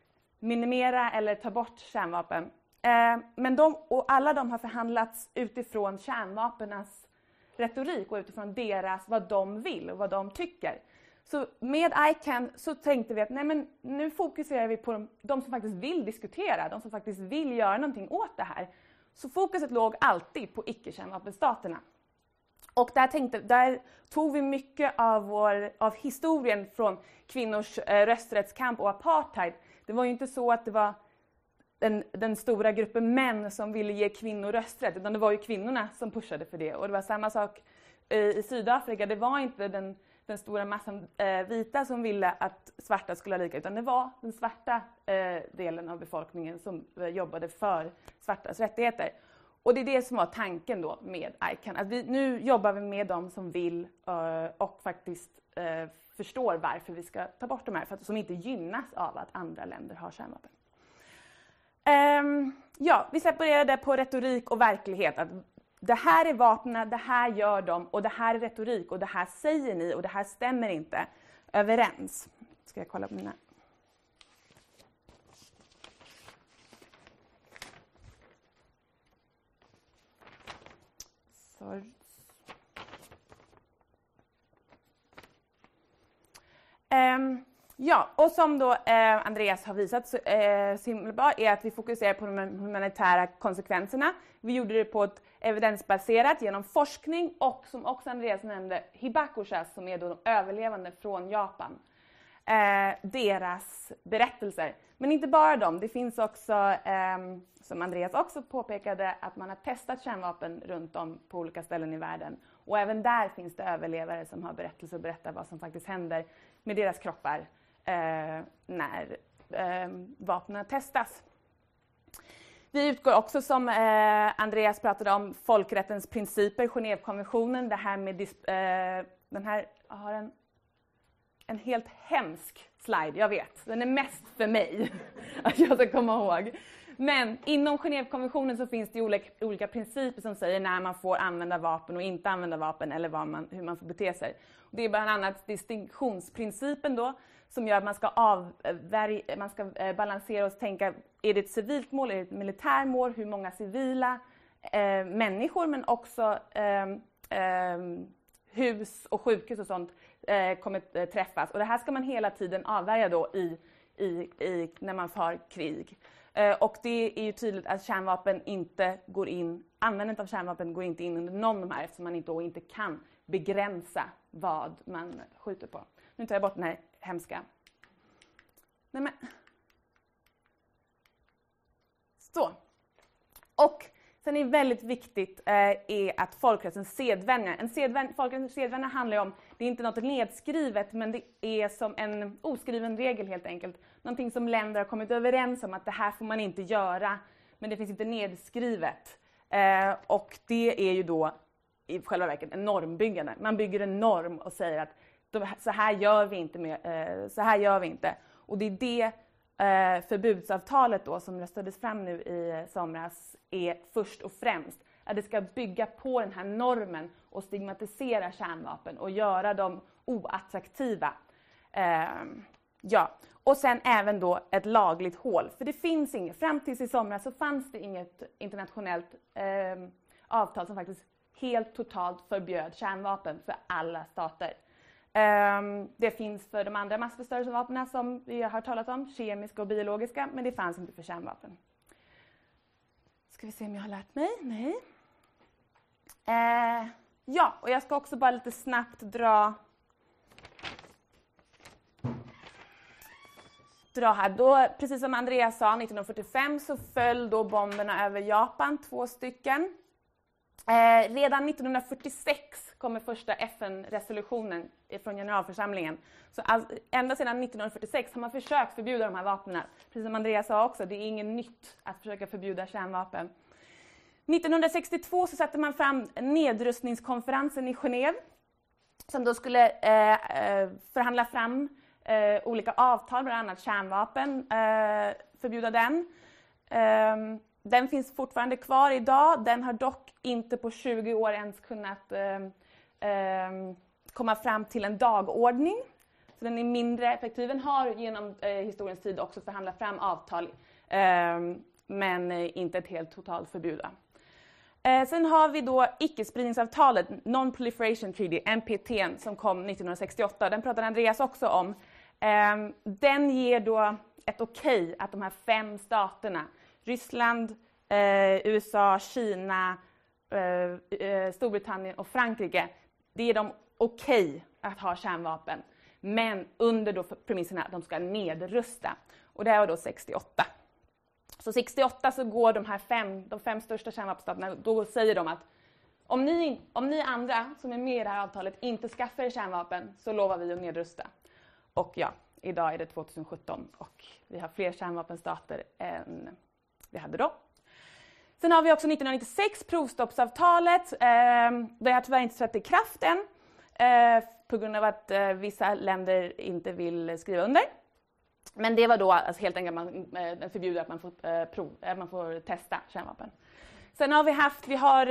minimera eller ta bort kärnvapen. Eh, men de, och alla de har förhandlats utifrån kärnvapenas retorik och utifrån deras, vad de vill och vad de tycker. Så med ICAN så tänkte vi att nej, men nu fokuserar vi på de, de som faktiskt vill diskutera, de som faktiskt vill göra någonting åt det här. Så fokuset låg alltid på icke-kärnvapenstaterna. Och där, tänkte, där tog vi mycket av, vår, av historien från kvinnors eh, rösträttskamp och apartheid. Det var ju inte så att det var den, den stora gruppen män som ville ge kvinnor rösträtt, utan det var ju kvinnorna som pushade för det. Och det var samma sak eh, i Sydafrika. Det var inte den, den stora massan eh, vita som ville att svarta skulle ha lika, utan det var den svarta eh, delen av befolkningen som eh, jobbade för svartas rättigheter. Och det är det som var tanken då med ICAN. Att vi, nu jobbar vi med dem som vill uh, och faktiskt uh, förstår varför vi ska ta bort de här. För att, som inte gynnas av att andra länder har kärnvapen. Um, ja, vi separerade på retorik och verklighet. Att det här är vapnen, det här gör de och det här är retorik och det här säger ni och det här stämmer inte överens. Ska jag kolla på mina... Sorry. Um, ja, och som då eh, Andreas har visat så, eh, så himla bra är att vi fokuserar på de humanitära konsekvenserna. Vi gjorde det på ett evidensbaserat genom forskning och som också Andreas nämnde, hibakushas som är då de överlevande från Japan. Eh, deras berättelser. Men inte bara dem, det finns också, eh, som Andreas också påpekade, att man har testat kärnvapen runt om på olika ställen i världen. Och även där finns det överlevare som har berättelser och berättar vad som faktiskt händer med deras kroppar eh, när eh, vapnen testas. Vi utgår också, som eh, Andreas pratade om, folkrättens principer, Genèvekonventionen. Det här med eh, den här jag har en, en helt hemsk slide, jag vet. Den är mest för mig att jag ska komma ihåg. Men inom Genèvekonventionen så finns det olika, olika principer som säger när man får använda vapen och inte använda vapen eller vad man, hur man får bete sig. Det är bland annat distinktionsprincipen då som gör att man ska, avvärj, man ska balansera och tänka, är det ett civilt mål, är det ett militärmål, hur många civila eh, människor men också eh, eh, hus och sjukhus och sånt eh, kommer eh, träffas. Och det här ska man hela tiden avvärja då i, i, i, när man får krig. Eh, och det är ju tydligt att kärnvapen inte går in, användandet av kärnvapen går inte in under någon av de här eftersom man inte, då inte kan begränsa vad man skjuter på. Nu tar jag bort den här hemska. Nej men. Så. Och sen är det väldigt viktigt eh, är att folkrättens sedvänja. En sedvänja, folkrättens sedvänja handlar om, det är inte något nedskrivet men det är som en oskriven regel helt enkelt. Någonting som länder har kommit överens om att det här får man inte göra men det finns inte nedskrivet. Eh, och det är ju då i själva verket en normbyggande. Man bygger en norm och säger att så här gör vi inte, med, eh, så här gör vi inte. Och det är det eh, förbudsavtalet då som röstades fram nu i somras är först och främst. Att det ska bygga på den här normen och stigmatisera kärnvapen och göra dem oattraktiva. Eh, ja. Och sen även då ett lagligt hål. För det finns inget, fram tills i somras så fanns det inget internationellt eh, avtal som faktiskt helt totalt förbjöd kärnvapen för alla stater. Um, det finns för de andra massförstörelsevapnen som vi har talat om, kemiska och biologiska, men det fanns inte för kärnvapen. Ska vi se om jag har lärt mig? Nej. Uh, ja, och jag ska också bara lite snabbt dra dra här. Då, precis som Andreas sa, nittonhundrafyrtiofem så föll då bomberna över Japan, två stycken. Eh, redan nittonhundrafyrtiosex kommer första F N-resolutionen från generalförsamlingen. Så all, ända sedan nittonhundrafyrtiosex har man försökt förbjuda de här vapnen. Precis som Andreas sa också, det är inget nytt att försöka förbjuda kärnvapen. nittonhundrasextiotvå så satte man fram nedrustningskonferensen i Genève som då skulle eh, förhandla fram eh, olika avtal, bland annat kärnvapen, eh, förbjuda den. Eh, Den finns fortfarande kvar idag. Den har dock inte på tjugo år ens kunnat eh, eh, komma fram till en dagordning. Så den är mindre effektiv. Den har genom eh, historiens tid också förhandlat fram avtal, eh, men inte ett helt totalt förbud. Eh, sen har vi då icke-spridningsavtalet, Non-Proliferation Treaty, N P T, som kom nittonhundrasextioåtta. Den pratade Andreas också om. Eh, den ger då ett okej okay att de här fem staterna, Ryssland, eh, U S A, Kina, eh, Storbritannien och Frankrike, det är de okej okay att ha kärnvapen. Men under då premisserna att de ska nedrusta. Och det här var då sextioåtta. Så sextioåtta så går de här fem, de fem största kärnvapenstaterna, då säger de att om ni, om ni andra som är med i det här avtalet inte skaffar kärnvapen så lovar vi att nedrusta. Och ja, idag är det tjugohundrasjutton och vi har fler kärnvapenstater än vi hade då. Sen har vi också nittonhundranittiosex provstoppsavtalet. Eh, det har tyvärr inte trätt i kraft än. Eh, på grund av att eh, vissa länder inte vill skriva under. Men det var då alltså, helt enkelt att man eh, förbjuder att man får, eh, prov, eh, man får testa kärnvapen. Sen har vi haft, vi har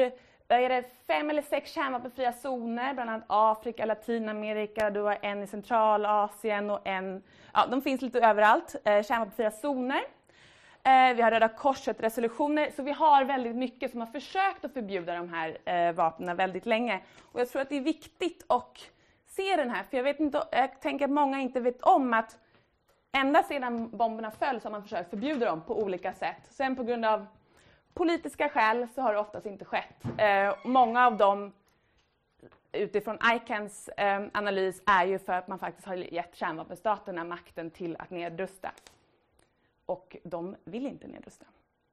är det fem eller sex kärnvapenfria zoner, bland annat Afrika, Latinamerika, du har en i Centralasien och en, ja, de finns lite överallt, eh, kärnvapenfria zoner. Eh, vi har Röda korset-resolutioner, så vi har väldigt mycket som har försökt att förbjuda de här eh, vapnen väldigt länge. Och jag tror att det är viktigt att se den här, för jag, vet inte, jag tänker att många inte vet om att ända sedan bomberna föll så har man försökt förbjuda dem på olika sätt. Sen på grund av politiska skäl så har det oftast inte skett. Eh, många av dem utifrån I C A Ns eh, analys är ju för att man faktiskt har gett kärnvapenstaterna makten till att nedrusta. Och de vill inte nedrusta.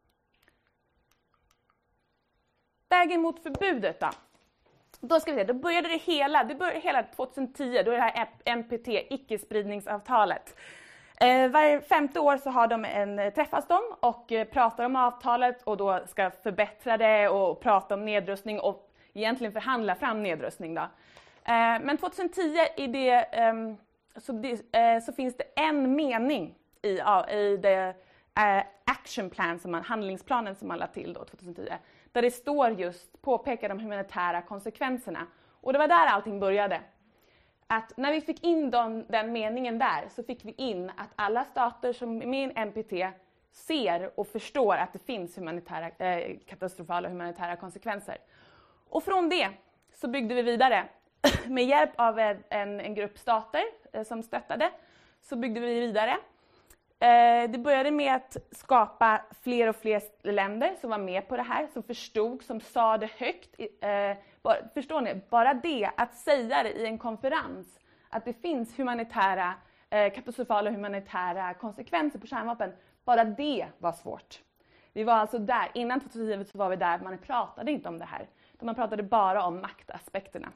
Vägen mot förbudet då. Då ska vi se, då började det hela, det började hela tjugohundratio, då är det här N P T, icke-spridningsavtalet. Eh, varje femte år så har de en, träffas de och eh, pratar om avtalet och då ska förbättra det och prata om nedrustning och egentligen förhandla fram nedrustning då. Eh, men tjugohundratio i det, eh, så, det eh, så finns det en mening i, ja, i det eh, action plan, som man, handlingsplanen som man lade till då tjugohundratio, där det står just, påpekar de humanitära konsekvenserna. Och det var där allting började. Att när vi fick in den, den meningen där så fick vi in att alla stater som är med i N P T ser och förstår att det finns humanitära, eh, katastrofala humanitära konsekvenser. Och från det så byggde vi vidare. Med hjälp av en, en grupp stater eh, som stöttade så byggde vi vidare. Eh, det började med att skapa fler och fler länder som var med på det här, som förstod, som sa det högt. Eh, bara, förstår ni? Bara det, att säga det i en konferens, att det finns humanitära, eh, katastrofala humanitära konsekvenser på kärnvapen, bara det var svårt. Vi var alltså där, innan tjugohundratio så var vi där, man pratade inte om det här. Man pratade bara om maktaspekterna.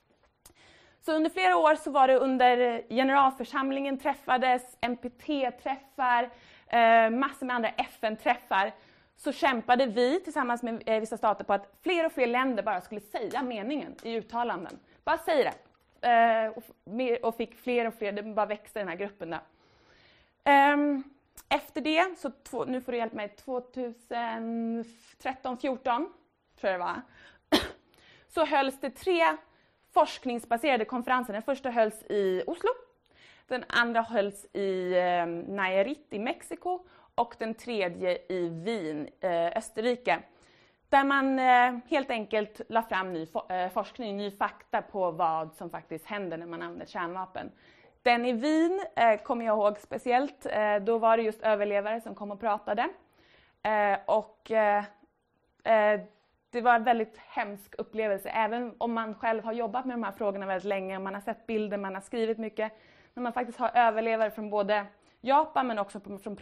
Så under flera år så var det under generalförsamlingen träffades, N P T-träffar, eh, massor med andra F N-träffar. Så kämpade vi tillsammans med eh, vissa stater på att fler och fler länder bara skulle säga meningen i uttalanden. Bara säg det. Eh, och, och fick fler och fler, det bara växte den här gruppen där. Eh, efter det, så två, nu får du hjälpa mig, tjugotretton fjorton tror jag det var, så hölls det tre forskningsbaserade konferenser. Den första hölls i Oslo, den andra hölls i eh, Nayarit i Mexiko och den tredje i Wien, eh, Österrike. Där man eh, helt enkelt la fram ny for- eh, forskning, ny fakta på vad som faktiskt händer när man använder kärnvapen. Den i Wien eh, kommer jag ihåg speciellt. Eh, då var det just överlevare som kom och pratade. Eh, och eh, eh, det var en väldigt hemsk upplevelse, även om man själv har jobbat med de här frågorna väldigt länge. Man har sett bilder, man har skrivit mycket. När man faktiskt har överlevare från både Japan men också från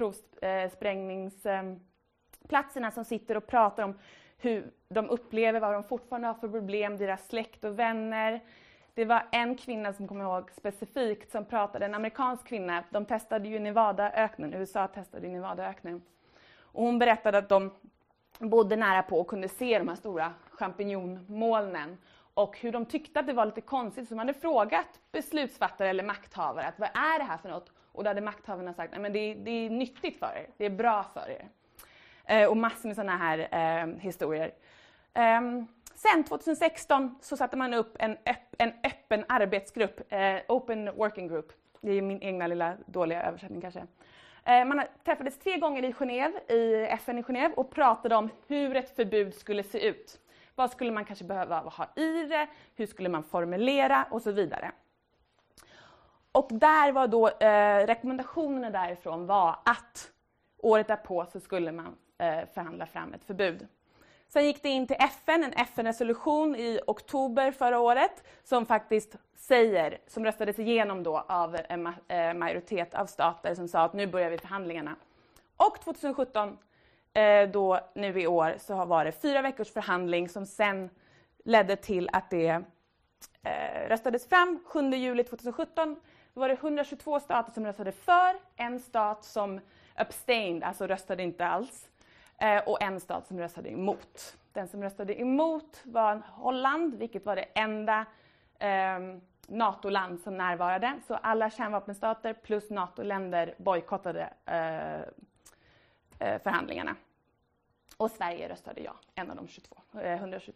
provsprängningsplatserna som sitter och pratar om hur de upplever, vad de fortfarande har för problem, deras släkt och vänner. Det var en kvinna som kommer ihåg specifikt som pratade, en amerikansk kvinna. De testade ju Nevadaöknen, U S A testade ju Nevadaöknen. Och hon berättade att de bodde nära på och kunde se de här stora champinjonmolnen. Och hur de tyckte att det var lite konstigt. Så de hade frågat beslutsfattare eller makthavare att vad är det här för något? Och då hade makthavarna sagt att det, det är nyttigt för er, det är bra för er. Eh, och massor med sådana här eh, historier. Eh, sen tjugohundrasexton så satte man upp en, öpp, en öppen arbetsgrupp, eh, Open Working Group. Det är min egna lilla dåliga översättning kanske. Man träffades tre gånger i Genève, i F N i Genève och pratade om hur ett förbud skulle se ut. Vad skulle man kanske behöva ha i det? Hur skulle man formulera? Och så vidare. Och där var då eh, rekommendationerna därifrån var att året därpå så skulle man eh, förhandla fram ett förbud. Sen gick det in till F N, en F N-resolution i oktober förra året som faktiskt säger, som röstades igenom då av en ma- majoritet av stater som sa att nu börjar vi förhandlingarna. Och tjugosjutton, eh, då nu i år, så var det fyra veckors förhandling som sen ledde till att det eh, röstades fram sjunde juli tjugosjutton. Då var det etthundratjugotvå stater som röstade för, en stat som abstained, alltså röstade inte alls. Och en stat som röstade emot. Den som röstade emot var Holland, vilket var det enda eh, NATO-land som närvarade. Så alla kärnvapenstater plus NATO-länder bojkottade eh, eh, förhandlingarna. Och Sverige röstade ja, en av de tjugotvå, eh, etthundratjugotvå.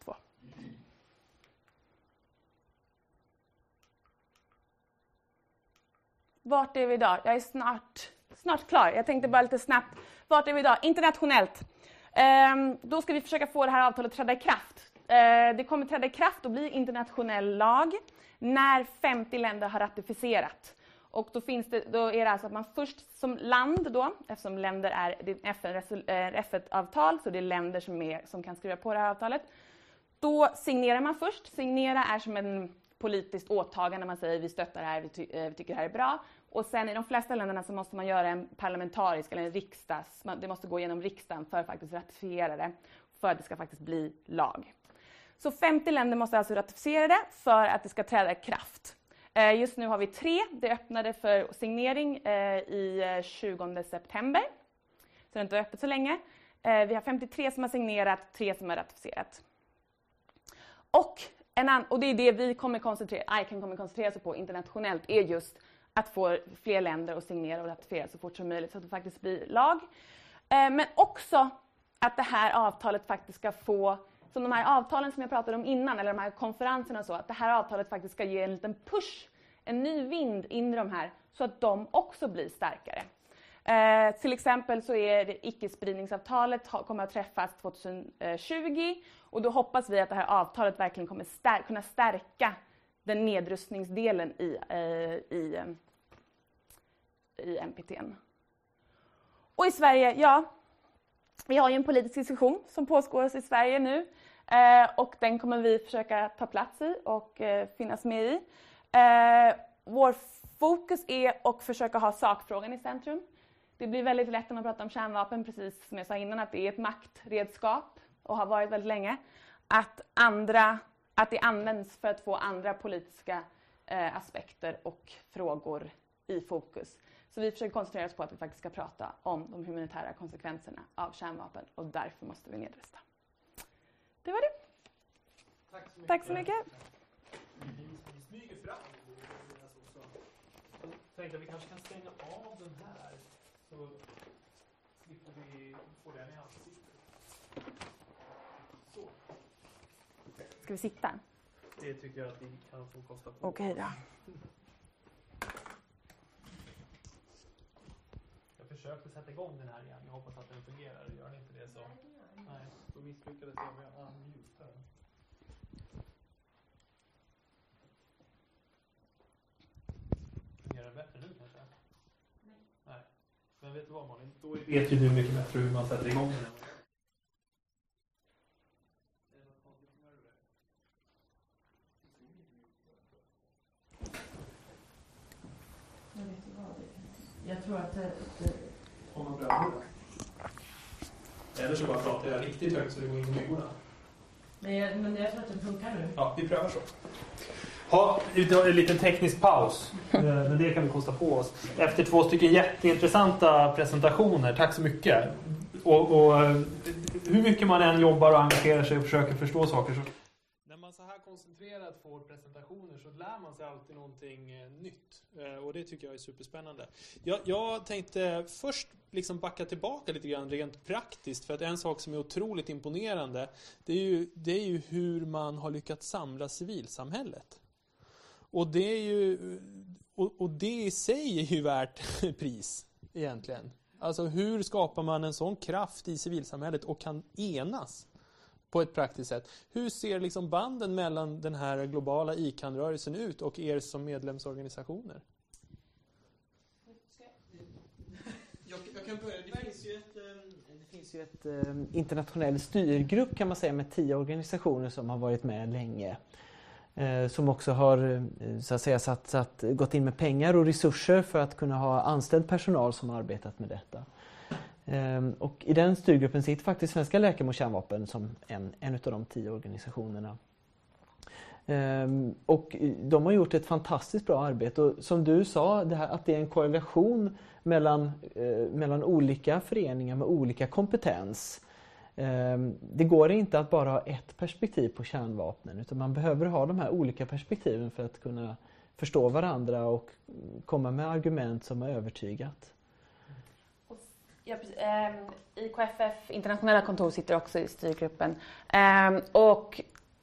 Vart är vi idag? Jag är snart, snart klar. Jag tänkte bara lite snabbt. Vart är vi idag? Internationellt. Ehm, då ska vi försöka få det här avtalet att träda i kraft. Ehm, det kommer träda i kraft och bli internationell lag när femtio länder har ratificerat. Och då, finns det, då är det alltså att man först som land då, eftersom länder är det är F N-avtal, så det är länder som, är, som kan skriva på det här avtalet. Då signerar man först. Signera är som en politiskt åtagande, man säger vi stöttar det här, vi, ty vi tycker det här är bra. Och sen i de flesta länderna så måste man göra en parlamentarisk eller en riksdags, det måste gå igenom riksdagen för att faktiskt ratificera det, för att det ska faktiskt bli lag. Så femtio länder måste alltså ratificera det för att det ska träda i kraft. Just nu har vi tre, det öppnade för signering i tjugonde september, så det är inte öppet så länge. Vi har femtiotre som har signerat, tre som har ratificerat. Och En an- och det är det vi kommer koncentrera, I C A N kommer koncentrera sig på internationellt, är just att få fler länder att signera och ratificera så fort som möjligt så att det faktiskt blir lag. Eh, men också att det här avtalet faktiskt ska få, som de här avtalen som jag pratade om innan, eller de här konferenserna och så, att det här avtalet faktiskt ska ge en liten push, en ny vind in i de här, så att de också blir starkare. Eh, till exempel så är det icke-spridningsavtalet kommer att träffas tjugohundratjugo och då hoppas vi att det här avtalet verkligen kommer stär- kunna stärka den nedrustningsdelen i, eh, i, eh, i N P T:n. Och i Sverige, ja, vi har ju en politisk diskussion som pågår i Sverige nu eh, och den kommer vi försöka ta plats i och eh, finnas med i. Eh, vår fokus är att försöka ha sakfrågan i centrum. Det blir väldigt lätt när man pratar om kärnvapen, precis som jag sa innan, att det är ett maktredskap och har varit väldigt länge. Att, andra, att det används för att få andra politiska eh, aspekter och frågor i fokus. Så vi försöker koncentrera oss på att vi faktiskt ska prata om de humanitära konsekvenserna av kärnvapen och därför måste vi nedrusta. Det var det. Tack så mycket. Tack så mycket. Vi smyger fram. Jag tänkte att vi kanske kan stänga av den här så slipper vi få den i ansiktet. Så. Ska vi sitta? Det tycker jag att vi kan få kosta på. Okej då. Jag försökte sätta igång den här igen. Jag hoppas att den fungerar. Gör den inte det så... Nej, då misslyckades jag med att unmuta den. Fungerar den bättre nu kanske? Nej. Nej. Men vet du vad Malin? Då vet ju du mycket bättre hur man sätter igång den. Jag tror att det... det... Om man prövar det. Eller så bara pratar jag riktigt högt så det går in i myggorna. Men jag, men jag tror att det funkar nu. Ja, vi prövar så. Ha, en liten teknisk paus. Men det kan vi kosta på oss. Efter två stycken jätteintressanta presentationer. Tack så mycket. Och, och hur mycket man än jobbar och engagerar sig och försöker förstå saker så... När man så här koncentrerat får presentationer så lär man sig alltid någonting nytt. Och det tycker jag är superspännande. Jag, jag tänkte först liksom backa tillbaka lite grann rent praktiskt. För att en sak som är otroligt imponerande det är ju, det är ju hur man har lyckats samla civilsamhället. Och det är ju och, och det i sig är ju värt pris egentligen. Alltså hur skapar man en sån kraft i civilsamhället och kan enas på ett praktiskt sätt? Hur ser liksom banden mellan den här globala I C A N-rörelsen ut och er som medlemsorganisationer? Jag, jag kan börja. Det finns ju ett, det finns ju ett um, internationell styrgrupp kan man säga med tio organisationer som har varit med länge. Uh, som också har så att säga, satt, satt, gått in med pengar och resurser för att kunna ha anställd personal som har arbetat med detta. Um, och i den styrgruppen sitter faktiskt Svenska Läkare mot kärnvapen som en, en av de tio organisationerna. Um, och de har gjort ett fantastiskt bra arbete och som du sa, det här, att det är en korrelation mellan, uh, mellan olika föreningar med olika kompetens. Um, det går inte att bara ha ett perspektiv på kärnvapnen utan man behöver ha de här olika perspektiven för att kunna förstå varandra och komma med argument som är övertygat. Ja, I K F F internationella kontor sitter också i styrgruppen. Um, och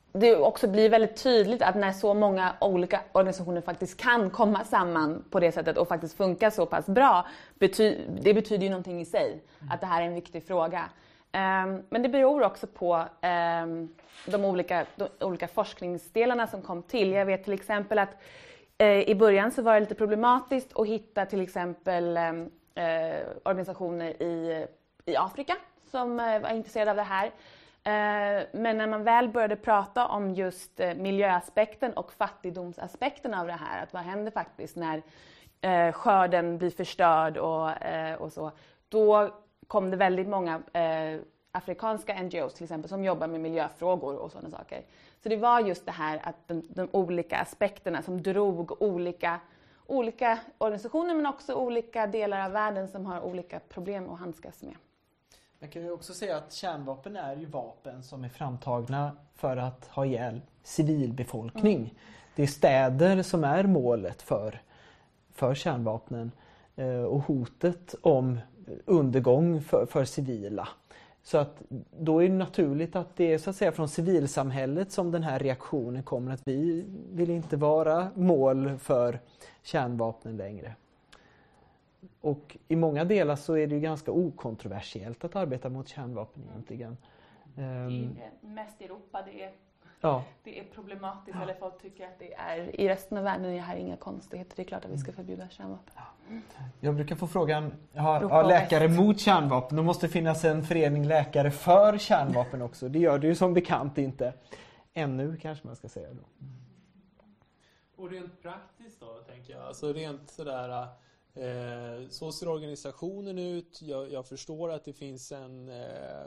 det också blir väldigt tydligt att när så många olika organisationer faktiskt kan komma samman på det sättet och faktiskt funka så pass bra, bety- det betyder ju någonting i sig, mm. att det här är en viktig fråga. Um, men det beror också på um, de, olika, de olika forskningsdelarna som kom till. Jag vet till exempel att uh, i början så var det lite problematiskt att hitta till exempel um, uh, organisationer i, i Afrika som uh, var intresserade av det här. Men när man väl började prata om just miljöaspekten och fattigdomsaspekten av det här, att vad händer faktiskt när skörden blir förstörd och, och så, då kom det väldigt många afrikanska N G Os till exempel som jobbar med miljöfrågor och sådana saker. Så det var just det här att de, de olika aspekterna som drog olika, olika organisationer men också olika delar av världen som har olika problem att handskas med. Man kan ju också säga att kärnvapen är ju vapen som är framtagna för att ha ihjäl civilbefolkning. Mm. Det är städer som är målet för, för kärnvapnen eh, och hotet om undergång för, för civila. Så att då är det naturligt att det är så att säga från civilsamhället som den här reaktionen kommer, att vi vill inte vara mål för kärnvapnen längre. Och i många delar så är det ju ganska okontroversiellt att arbeta mot kärnvapen egentligen. Mm. Det är mest i Europa det är, ja. det är problematiskt, ja. eller folk tycker att det är, i resten av världen är det här inga konstigheter. Det är klart att vi ska förbjuda kärnvapen. Ja. Jag brukar få frågan, har, har läkare mot kärnvapen? Då måste det finnas en förening läkare för kärnvapen också. Det gör det ju som bekant inte. Ännu kanske man ska säga då. Och rent praktiskt då, tänker jag. Alltså rent sådär... Eh, så ser organisationen ut. Jag, jag förstår att det finns en, eh,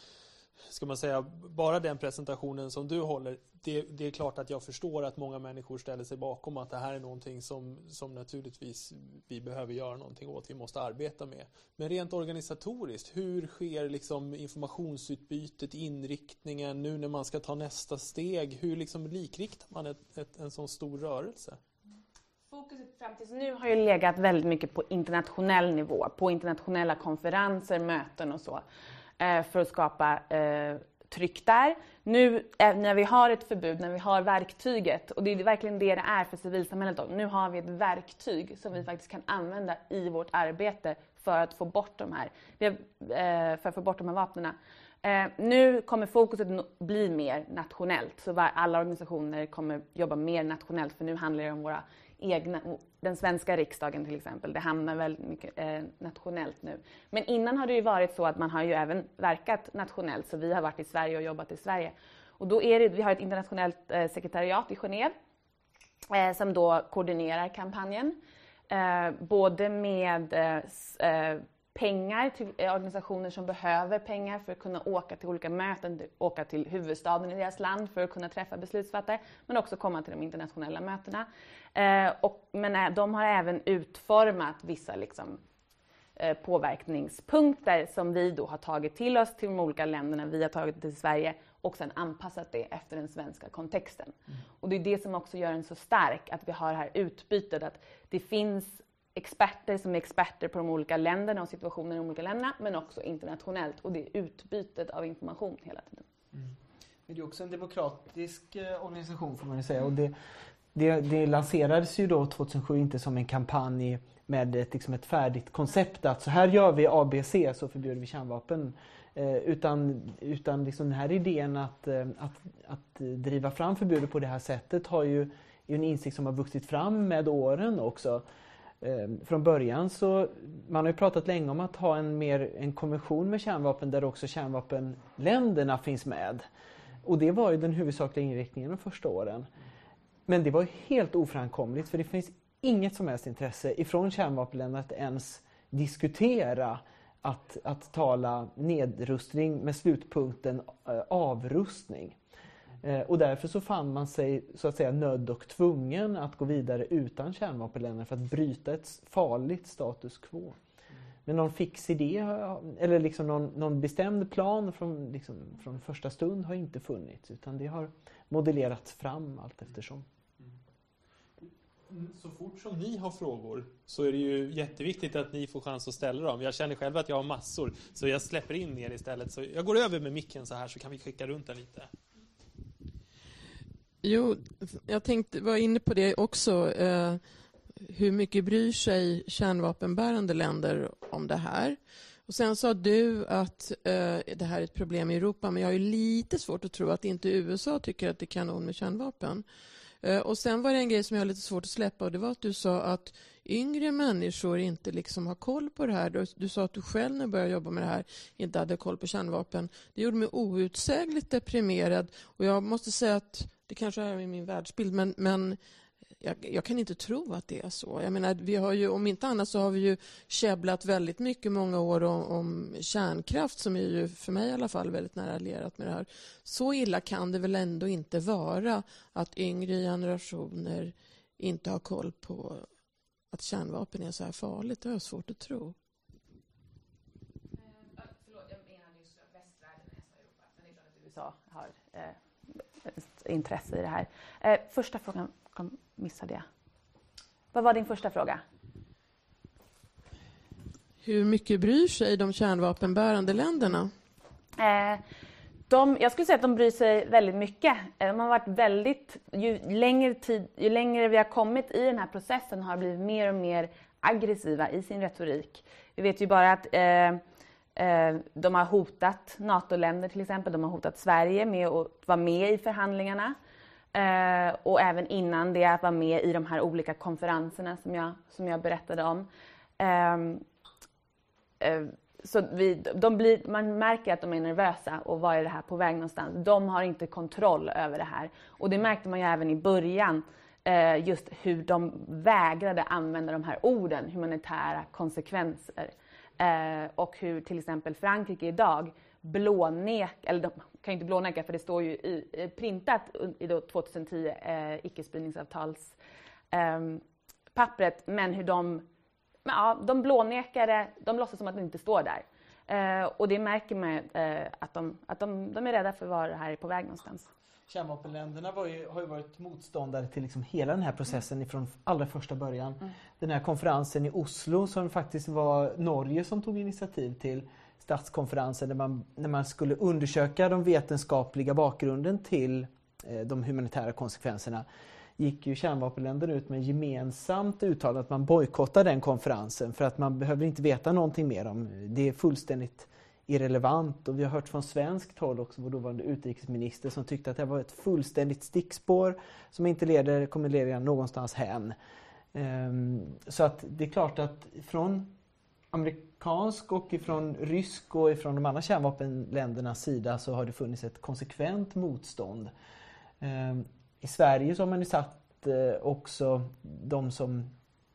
ska man säga, bara den presentationen som du håller, det, det är klart att jag förstår att många människor ställer sig bakom att det här är någonting som, som naturligtvis vi behöver göra någonting åt, vi måste arbeta med. Men rent organisatoriskt, hur sker liksom informationsutbytet, inriktningen nu när man ska ta nästa steg? Hur liksom likriktar man ett, ett, en sån stor rörelse? Fokuset fram tills nu har ju legat väldigt mycket på internationell nivå, på internationella konferenser, möten och så, för att skapa eh, tryck där. Nu när vi har ett förbud, när vi har verktyget, och det är verkligen det det är för civilsamhället då, nu har vi ett verktyg som vi faktiskt kan använda i vårt arbete för att få bort de här, för att få bort de här vapnena. Eh, nu kommer fokuset bli mer nationellt, så var, alla organisationer kommer jobba mer nationellt, för nu handlar det om våra egna, den svenska riksdagen till exempel, det hamnar väldigt mycket eh, nationellt nu. Men innan har det ju varit så att man har ju även verkat nationellt, så vi har varit i Sverige och jobbat i Sverige. Och då är det, vi har ett internationellt eh, sekretariat i Genève eh, som då koordinerar kampanjen, eh, både med eh, pengar till organisationer som behöver pengar för att kunna åka till olika möten, åka till huvudstaden i deras land för att kunna träffa beslutsfattare, men också komma till de internationella mötena. Eh, och, men de har även utformat vissa liksom, eh, påverkningspunkter som vi då har tagit till oss till de olika länderna, vi har tagit till Sverige och sen anpassat det efter den svenska kontexten. Mm. Och det är det som också gör den så stark, att vi har det här utbytet, att det finns experter som är experter på de olika länderna och situationen i de olika länderna, men också internationellt, och det är utbytet av information hela tiden. Mm. Men det är också en demokratisk eh, organisation får man ju säga, och det, det, det lanserades ju då tjugohundrasju inte som en kampanj med ett, liksom ett färdigt koncept att så här gör vi A B C så förbjuder vi kärnvapen, eh, utan, utan liksom den här idén att, eh, att, att driva fram förbudet på det här sättet har ju, är en insikt som har vuxit fram med åren också. Från början så, man har ju pratat länge om att ha en, mer, en konvention med kärnvapen där också kärnvapenländerna finns med. Och det var ju den huvudsakliga inriktningen de första åren. Men det var ju helt oframkomligt, för det finns inget som helst intresse ifrån kärnvapenländerna att ens diskutera att, att tala nedrustning med slutpunkten avrustning. Och därför så fann man sig så att säga nödd och tvungen att gå vidare utan kärnvapenländer för att bryta ett farligt status quo. Mm. Men någon fix idé eller liksom någon, någon bestämd plan från, liksom, från första stund har inte funnits, utan det har modellerats fram allt eftersom. Mm. Så fort som ni har frågor så är det ju jätteviktigt att ni får chans att ställa dem. Jag känner själv att jag har massor, så jag släpper in er istället. Så jag går över med micken så här, så kan vi skicka runt den lite. Jo, jag tänkte var inne på det också. Eh, hur mycket bryr sig kärnvapenbärande länder om det här? Och sen sa du att eh, det här är ett problem i Europa, men jag har ju lite svårt att tro att inte U S A tycker att det är kanon med kärnvapen. Eh, och sen var det en grej som jag har lite svårt att släppa, och det var att du sa att yngre människor inte liksom har koll på det här. Du, du sa att du själv när du började jobba med det här inte hade koll på kärnvapen. Det gjorde mig outsägligt deprimerad, och jag måste säga att det kanske är min världsbild, men, men jag, jag kan inte tro att det är så. Jag menar, vi har ju, om inte annat så har vi ju käbblat väldigt mycket många år om, om kärnkraft, som är ju för mig i alla fall väldigt nära allierat med det här. Så illa kan det väl ändå inte vara att yngre generationer inte har koll på att kärnvapen är så här farligt. Det har jag svårt att tro. Eh, förlåt, jag menade just västvärlden och nästan Europa. Men det är klart att U S A har eh, ett intresse i det här. Eh, första frågan kom, missade jag. Vad var din första fråga? Hur mycket bryr sig de kärnvapenbärande länderna? Eh, de, jag skulle säga att de bryr sig väldigt mycket. De har varit väldigt, ju längre, tid, ju längre vi har kommit i den här processen har blivit mer och mer aggressiva i sin retorik. Vi vet ju bara att eh, eh, de har hotat NATO-länder till exempel. De har hotat Sverige med att vara med i förhandlingarna. Eh, och även innan det att vara med i de här olika konferenserna som jag, som jag berättade om. Eh, eh, Så vi, de blir, man märker att de är nervösa, och vad är det här på väg någonstans? De har inte kontroll över det här. Och det märkte man ju även i början, eh, just hur de vägrade använda de här orden, humanitära konsekvenser. Eh, och hur till exempel Frankrike idag blånek, eller de kan ju inte blåneka för det står ju i, printat i då tjugohundratio eh, icke-spridningsavtals eh, pappret, men hur de Ja, de blånekade, de låtsas som att det inte står där. Eh, och det märker man eh, att, de, att de, de är rädda för var det här är på väg någonstans. Kärnvapenländerna var ju, har ju varit motståndare till liksom hela den här processen mm. från allra första början. Mm. Den här konferensen i Oslo, som faktiskt var Norge som tog initiativ till, statskonferensen där man, när man skulle undersöka de vetenskapliga bakgrunden till eh, de humanitära konsekvenserna, gick ju kärnvapenländerna ut med gemensamt uttalat att man bojkottar den konferensen för att man behöver inte veta någonting mer om det. Är fullständigt irrelevant, och vi har hört från svenskt håll också, vår dåvarande utrikesminister som tyckte att det var ett fullständigt stickspår som inte leder, kommer leda någonstans hän. Um, så att det är klart att från amerikansk och ifrån rysk och ifrån de andra kärnvapenländernas sida så har det funnits ett konsekvent motstånd. Um, I Sverige så har man ju satt eh, också de som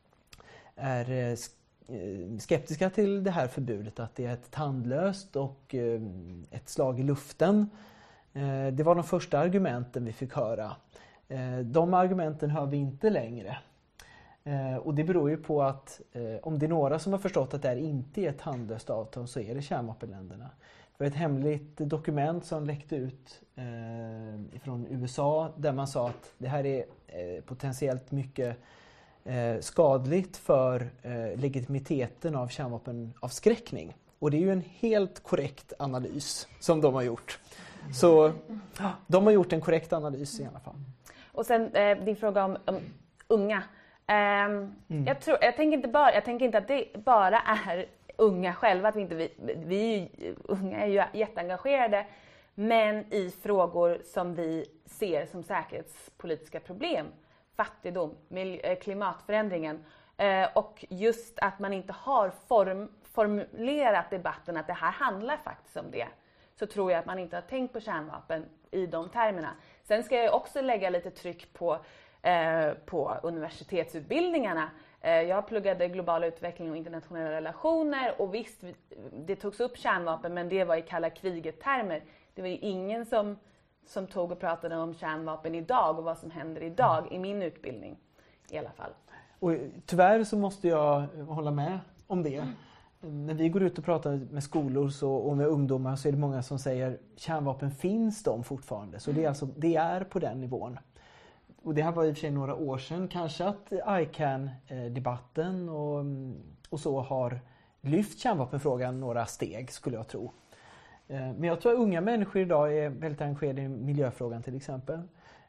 är eh, skeptiska till det här förbudet, att det är ett tandlöst och eh, ett slag i luften. Eh, det var de första argumenten vi fick höra. Eh, de argumenten hör vi inte längre. Eh, och det beror ju på att eh, om det är några som har förstått att det här inte är ett tandlöst avtal, så är det kärnvapenländerna. Det var ett hemligt dokument som läckte ut eh, från U S A där man sa att det här är eh, potentiellt mycket eh, skadligt för eh, legitimiteten av kärnvapenavskräckning. Och det är ju en helt korrekt analys som de har gjort. Så de har gjort en korrekt analys i alla fall. Och sen eh, din fråga om, om unga. Eh, mm. jag, tror, jag, tänker inte bara, jag tänker inte att det bara är unga själva, att vi inte vi, vi unga är ju jätteengagerade, men i frågor som vi ser som säkerhetspolitiska problem, fattigdom, miljö, klimatförändringen, eh, och just att man inte har form, formulerat debatten att det här handlar faktiskt om det, så tror jag att man inte har tänkt på kärnvapen i de termerna. Sen ska jag också lägga lite tryck på, eh, på universitetsutbildningarna. Jag pluggade global utveckling och internationella relationer, och visst, det togs upp kärnvapen, men det var i kalla kriget-termer. Det var ju ingen som, som tog och pratade om kärnvapen idag och vad som händer idag mm. i min utbildning i alla fall. Och tyvärr så måste jag hålla med om det. Mm. När vi går ut och pratar med skolor så, och med ungdomar, så är det många som säger kärnvapen, finns de fortfarande? Så mm. det, är alltså, det är på den nivån. Och det här var i och för sig några år sedan. Kanske att I C A N-debatten och, och så har lyft kärnvapenfrågan några steg, skulle jag tro. Men jag tror att unga människor idag är väldigt engagerade i miljöfrågan till exempel.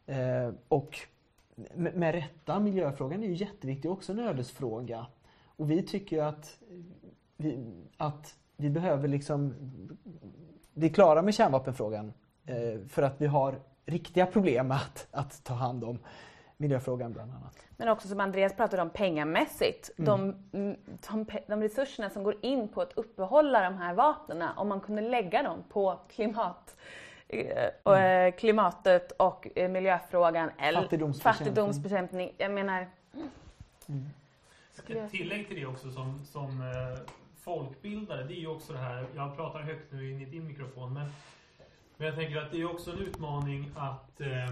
Eh, och med, med rätta, miljöfrågan är ju jätteviktig, också en ödesfråga. Och vi tycker ju att vi, att vi behöver liksom bli klara med kärnvapenfrågan eh, för att vi har riktiga problem att, att ta hand om. Miljöfrågan bland annat. Men också som Andreas pratade om pengamässigt. Mm. De, de, de resurserna som går in på att uppehålla de här vapnena, om man kunde lägga dem på klimat, och, mm. klimatet och miljöfrågan eller fattigdomsbekämpning. fattigdomsbekämpning. Jag menar... Mm. Ett tillägg till det också som, som eh, folkbildare, det är ju också det här, jag pratar högt nu in i din mikrofon, men, men jag tänker att det är också en utmaning att eh,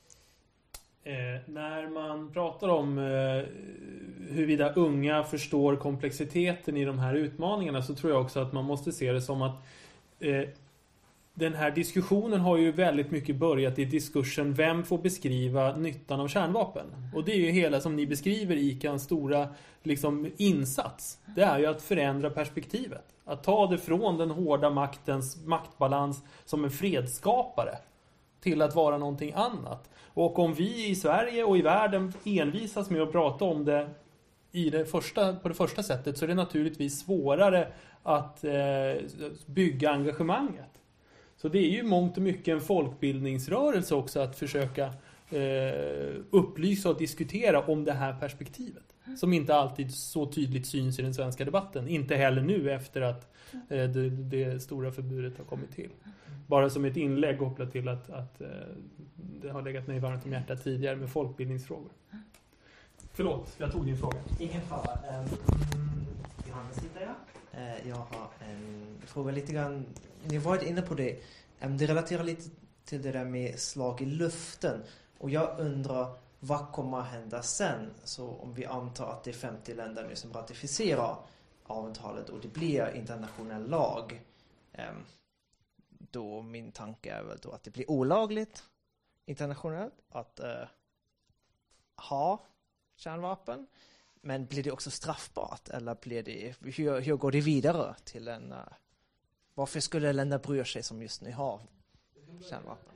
Eh, när man pratar om eh, huruvida unga förstår komplexiteten i de här utmaningarna, så tror jag också att man måste se det som att eh, den här diskussionen har ju väldigt mycket börjat i diskursen vem får beskriva nyttan av kärnvapen. Och det är ju hela som ni beskriver i ICANs stora liksom, insats. Det är ju att förändra perspektivet. Att ta det från den hårda maktens maktbalans som en fredsskapare till att vara någonting annat. Och om vi i Sverige och i världen envisas med att prata om det, i det första, på det första sättet, så är det naturligtvis svårare att eh, bygga engagemanget. Så det är ju mångt och mycket en folkbildningsrörelse också att försöka eh, upplysa och diskutera om det här perspektivet. Som inte alltid så tydligt syns i den svenska debatten. Inte heller nu efter att eh, det, det stora förbudet har kommit till. Bara som ett inlägg kopplat till att, att eh, det har legat mig varmt om hjärtat tidigare med folkbildningsfrågor. Förlåt, jag tog din fråga. Ingen fara. Um, Johannes sitter jag. Uh, jag har en fråga lite grann. Ni har varit inne på det. Um, det relaterar lite till det där med slag i luften. Och jag undrar, vad kommer att hända sen? Så om vi antar att det är femtio länder nu som ratificerar avtalet och det blir internationell lag. Um, då min tanke är väl då att det blir olagligt internationellt att uh, ha kärnvapen. Men blir det också straffbart? Eller blir det, hur, hur går det vidare till en... Uh, varför skulle länder bry sig som just nu har kärnvapen?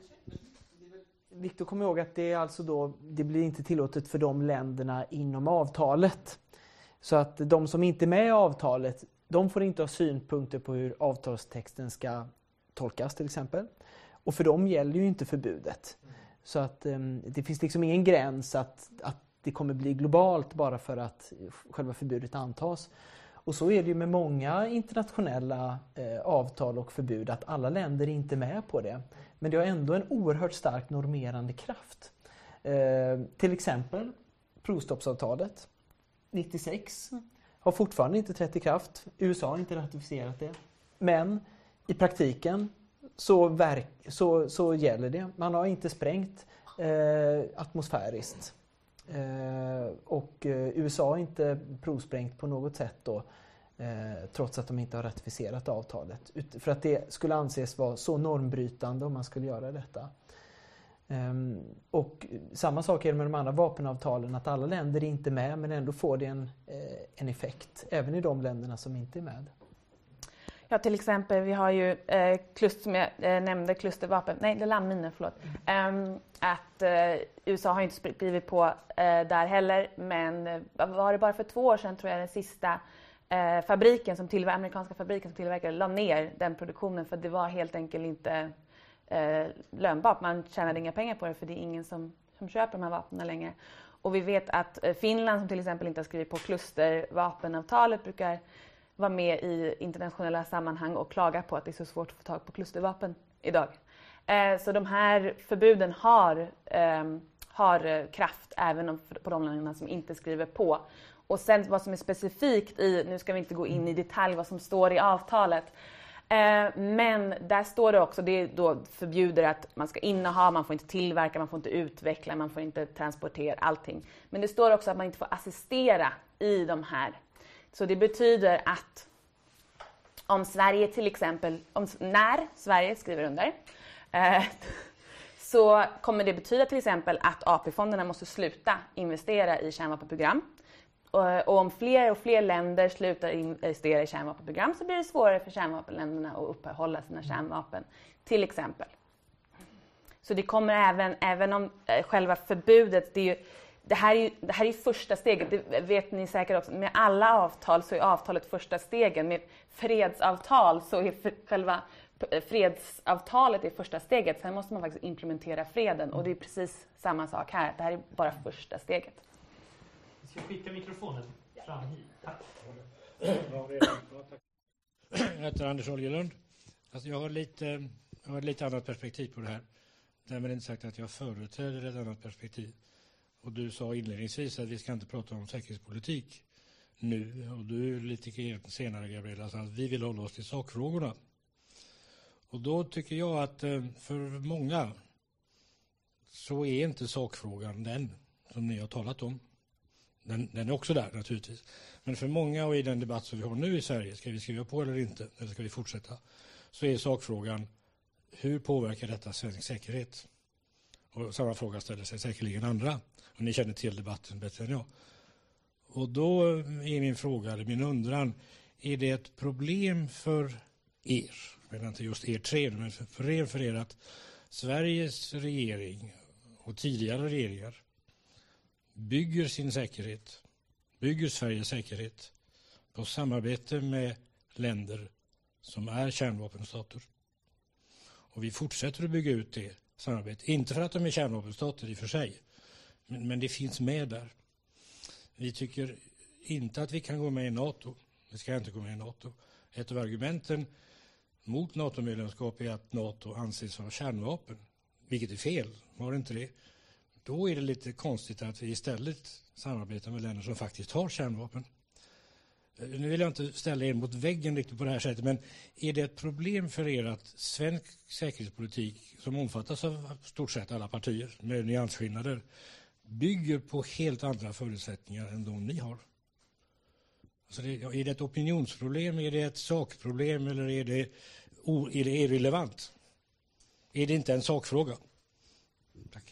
Viktigt att komma ihåg att det är alltså då, det blir inte tillåtet för de länderna inom avtalet. Så att de som inte är med i avtalet, de får inte ha synpunkter på hur avtalstexten ska tolkas till exempel. Och för dem gäller ju inte förbudet. Så att um, det finns liksom ingen gräns att, att det kommer bli globalt bara för att själva förbudet antas. Och så är det ju med många internationella eh, avtal och förbud, att alla länder är inte med på det. Men det har ändå en oerhört stark normerande kraft. Eh, till exempel provstoppsavtalet nittiosex har fortfarande inte trätt i kraft. U S A har inte ratificerat det. Men i praktiken så, verk, så, så gäller det. Man har inte sprängt eh, atmosfäriskt. Eh, och eh, U S A har inte provsprängt på något sätt då, eh, trots att de inte har ratificerat avtalet. Ut, för att det skulle anses vara så normbrytande om man skulle göra detta. Eh, och samma sak är det med de andra vapenavtalen, att alla länder är inte med, men ändå får det en, eh, en effekt, även i de länderna som inte är med. Ja, till exempel, vi har ju eh, kluster, som jag eh, nämnde, klustervapen, nej, det är landminor, förlåt. Um, att eh, U S A har inte skrivit på eh, där heller, men eh, var det bara för två år sedan tror jag den sista eh, fabriken som tillver- amerikanska fabriken som tillverkade la ner den produktionen för det var helt enkelt inte eh, lönbart. Man tjänade inga pengar på det för det är ingen som, som köper de här vapnen längre. Och vi vet att eh, Finland som till exempel inte har skrivit på klustervapenavtalet brukar vara med i internationella sammanhang och klaga på att det är så svårt att få tag på klustervapen idag. Eh, så de här förbuden har, eh, har kraft även på de länderna som inte skriver på. Och sen vad som är specifikt i, nu ska vi inte gå in i detalj vad som står i avtalet, eh, men där står det också, det då förbjuder att man ska inneha, man får inte tillverka, man får inte utveckla, man får inte transportera, allting. Men det står också att man inte får assistera i de här. Så det betyder att om Sverige till exempel, om, när Sverige skriver under, eh, så kommer det betyda till exempel att A P-fonderna måste sluta investera i kärnvapenprogram. Och, och om fler och fler länder slutar investera i kärnvapenprogram så blir det svårare för kärnvapenländerna att uppehålla sina kärnvapen, till exempel. Så det kommer även, även om eh, själva förbudet, det, är ju, det, här är ju, det här är ju första steget, det vet ni säkert också. Med alla avtal så är avtalet första stegen. Med fredsavtal så är för, själva fredsavtalet är första steget. Sen måste man faktiskt implementera freden och det är precis samma sak här. Det här är bara första steget. Vi ska skicka mikrofonen fram hit. Tack. Jag heter Anders Olgelund. Alltså jag har lite, jag har lite annat perspektiv på det här. Därmed inte sagt att jag företräder ett annat perspektiv. Och du sa inledningsvis att vi ska inte prata om säkerhetspolitik nu. Och du är lite senare, Gabriella, så att vi vill hålla oss till sakfrågorna. Och då tycker jag att för många så är inte sakfrågan den som ni har talat om. Den, den är också där naturligtvis. Men för många och i den debatt som vi har nu i Sverige, ska vi skriva på eller inte, eller ska vi fortsätta, så är sakfrågan hur påverkar detta svensk säkerhet? Och samma fråga ställer sig säkerligen andra. Och ni känner till debatten bättre än jag. Och då är min fråga, eller min undran, är det ett problem för er, men inte just er tre, men för er, för er att Sveriges regering och tidigare regeringar bygger sin säkerhet, bygger Sveriges säkerhet på samarbete med länder som är kärnvapenstater. Och vi fortsätter att bygga ut det samarbetet. Inte för att de är kärnvapenstater i och för sig, men, men det finns med där. Vi tycker inte att vi kan gå med i NATO. Vi ska inte gå med i NATO. Ett av argumenten mot NATO-medlemskap är att NATO anses ha kärnvapen. Vilket är fel, var det inte det? Då är det lite konstigt att vi istället samarbetar med länder som faktiskt har kärnvapen. Nu vill jag inte ställa er mot väggen riktigt på det här sättet, men är det ett problem för er att svensk säkerhetspolitik, som omfattas av stort sett alla partier med nyansskillnader, bygger på helt andra förutsättningar än de ni har? Alltså det, är det ett opinionsproblem, är det ett sakproblem eller är det, är det irrelevant? Är det inte en sakfråga? Tack.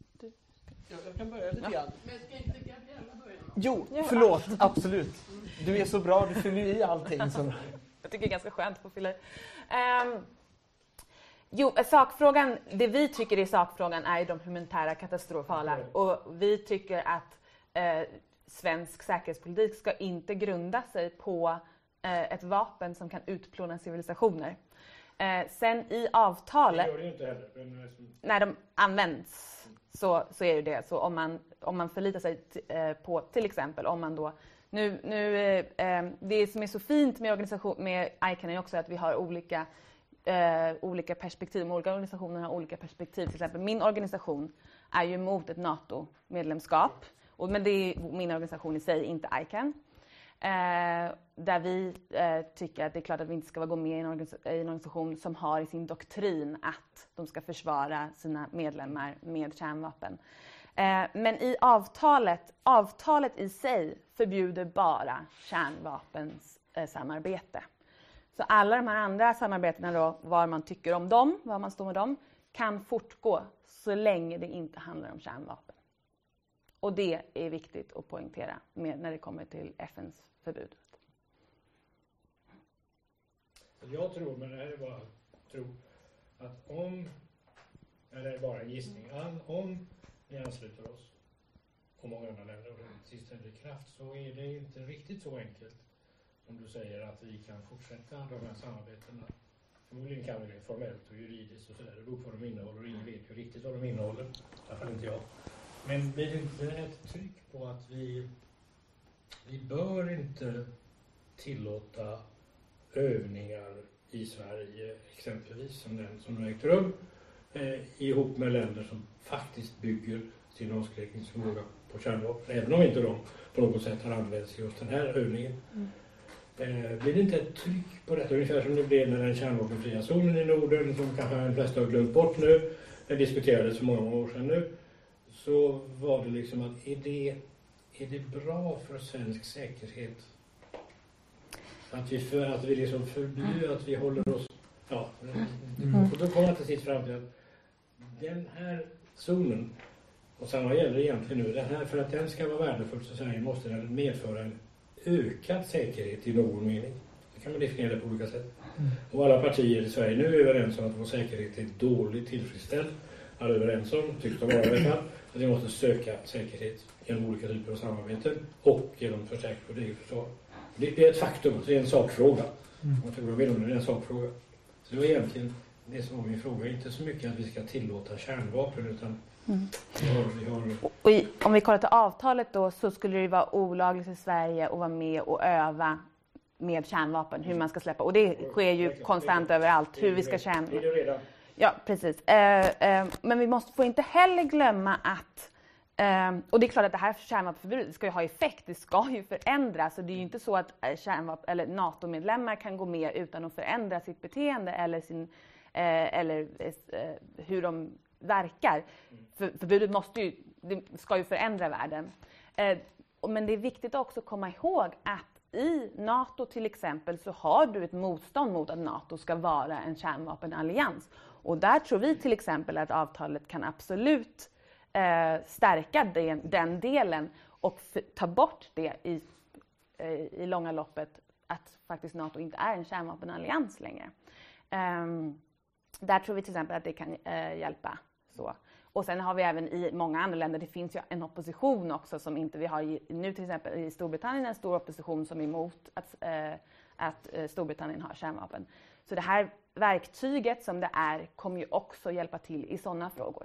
Jag kan börja lite grann. Men ska inte Gabriella börja? Jo, förlåt, absolut. Du är så bra, du fyller i allting. Så. Jag tycker det är ganska skönt att få fylla i. Um, jo, sakfrågan, det vi tycker är sakfrågan är de humanitära katastrofala. Och vi tycker att eh, svensk säkerhetspolitik ska inte grunda sig på eh, ett vapen som kan utplåna civilisationer. Eh, sen i avtalet... Det gör det inte heller. Men... När de används så, så är det så. Om man, om man förlitar sig t- eh, på till exempel om man då... Nu, nu, eh, det som är så fint med, organisation, med ICAN är också att vi har olika, eh, olika perspektiv. Olika organisationer har olika perspektiv. Till exempel min organisation är ju emot ett NATO-medlemskap. Och, men det är min organisation i sig, inte ICAN. Eh, där vi eh, tycker att det är klart att vi inte ska gå med i en, organisa- i en organisation som har i sin doktrin att de ska försvara sina medlemmar med kärnvapen. Eh, men i avtalet, avtalet i sig förbjuder bara kärnvapensamarbete. Så alla de här andra samarbetena då, vad man tycker om dem, vad man står med dem, kan fortgå så länge det inte handlar om kärnvapen. Och det är viktigt att poängtera med när det kommer till F N:s förbud. Jag tror, men det här är bara tro, att om, eller det är bara en gissning, om vi ansluter oss och många andra länder och den sista i kraft, så är det inte riktigt så enkelt som du säger att vi kan fortsätta de här samarbetena. Förmodligen kan vi det formellt och juridiskt och sådär. Det beror på vad de innehåller och ingen vet ju riktigt vad de innehåller. Därför inte jag. Men blir det inte ett tryck på att vi, vi bör inte tillåta övningar i Sverige, exempelvis som den som har ägt rum, eh, ihop med länder som faktiskt bygger sin avskräckningsförmåga på kärnvapen, även om inte de på något sätt har använts i just den här övningen. Mm. Eh, blir det inte ett tryck på detta, ungefär som det blev med den kärnvapenfria zonen i Norden, som kanske de flesta har glömt bort nu, det diskuterades för många år sedan nu, så var det liksom att är det, är det bra för svensk säkerhet att vi, för, att vi liksom förbjuder, att vi håller oss, ja, mm. och då kommer jag till sitt fram till att den här zonen, och samma gäller egentligen nu, den här, för att den ska vara värdefull så Sverige måste den medföra en ökad säkerhet i någon mening. Det kan man definiera det på olika sätt. Mm. Och alla partier i Sverige nu är överens om att vår säkerhet är dåligt tillfredsställd. alla är överens om, tycks det vara i alla fall, att vi måste söka säkerhet genom olika typer av samarbeten och genom förstärkt vårt eget försvar. Det är ett faktum, det är en sakfråga. Mm. Jag tror det är en sakfråga. Så det var egentligen det som var min fråga, inte så mycket att vi ska tillåta kärnvapen utan mm. vi har, vi har... Och i, om vi kollar till avtalet då så skulle det vara olagligt i Sverige att vara med och öva med kärnvapen, hur man ska släppa. Och det sker ju konstant överallt, hur vi ska kärnvapen. Ja, precis. Eh, eh, men vi måste få inte heller glömma att, eh, och det är klart att det här kärnvapenförbudet ska ju ha effekt, det ska ju förändras. Så det är ju inte så att kärnvapen, eller NATO-medlemmar kan gå med utan att förändra sitt beteende eller, sin, eh, eller eh, hur de verkar. För, förbudet måste ju, det ska ju förändra världen. Eh, men det är viktigt också att komma ihåg att i NATO till exempel så har du ett motstånd mot att NATO ska vara en kärnvapenallians. Och där tror vi till exempel att avtalet kan absolut eh, stärka den, den delen och f- ta bort det i, eh, i långa loppet att faktiskt NATO inte är en kärnvapenallians längre. Um, där tror vi till exempel att det kan eh, hjälpa. Så. Och sen har vi även i många andra länder, det finns ju en opposition också som inte vi har i, nu till exempel i Storbritannien, en stor opposition som är emot att, eh, att eh, Storbritannien har kärnvapen. Så det här verktyget som det är kommer ju också hjälpa till i sådana frågor.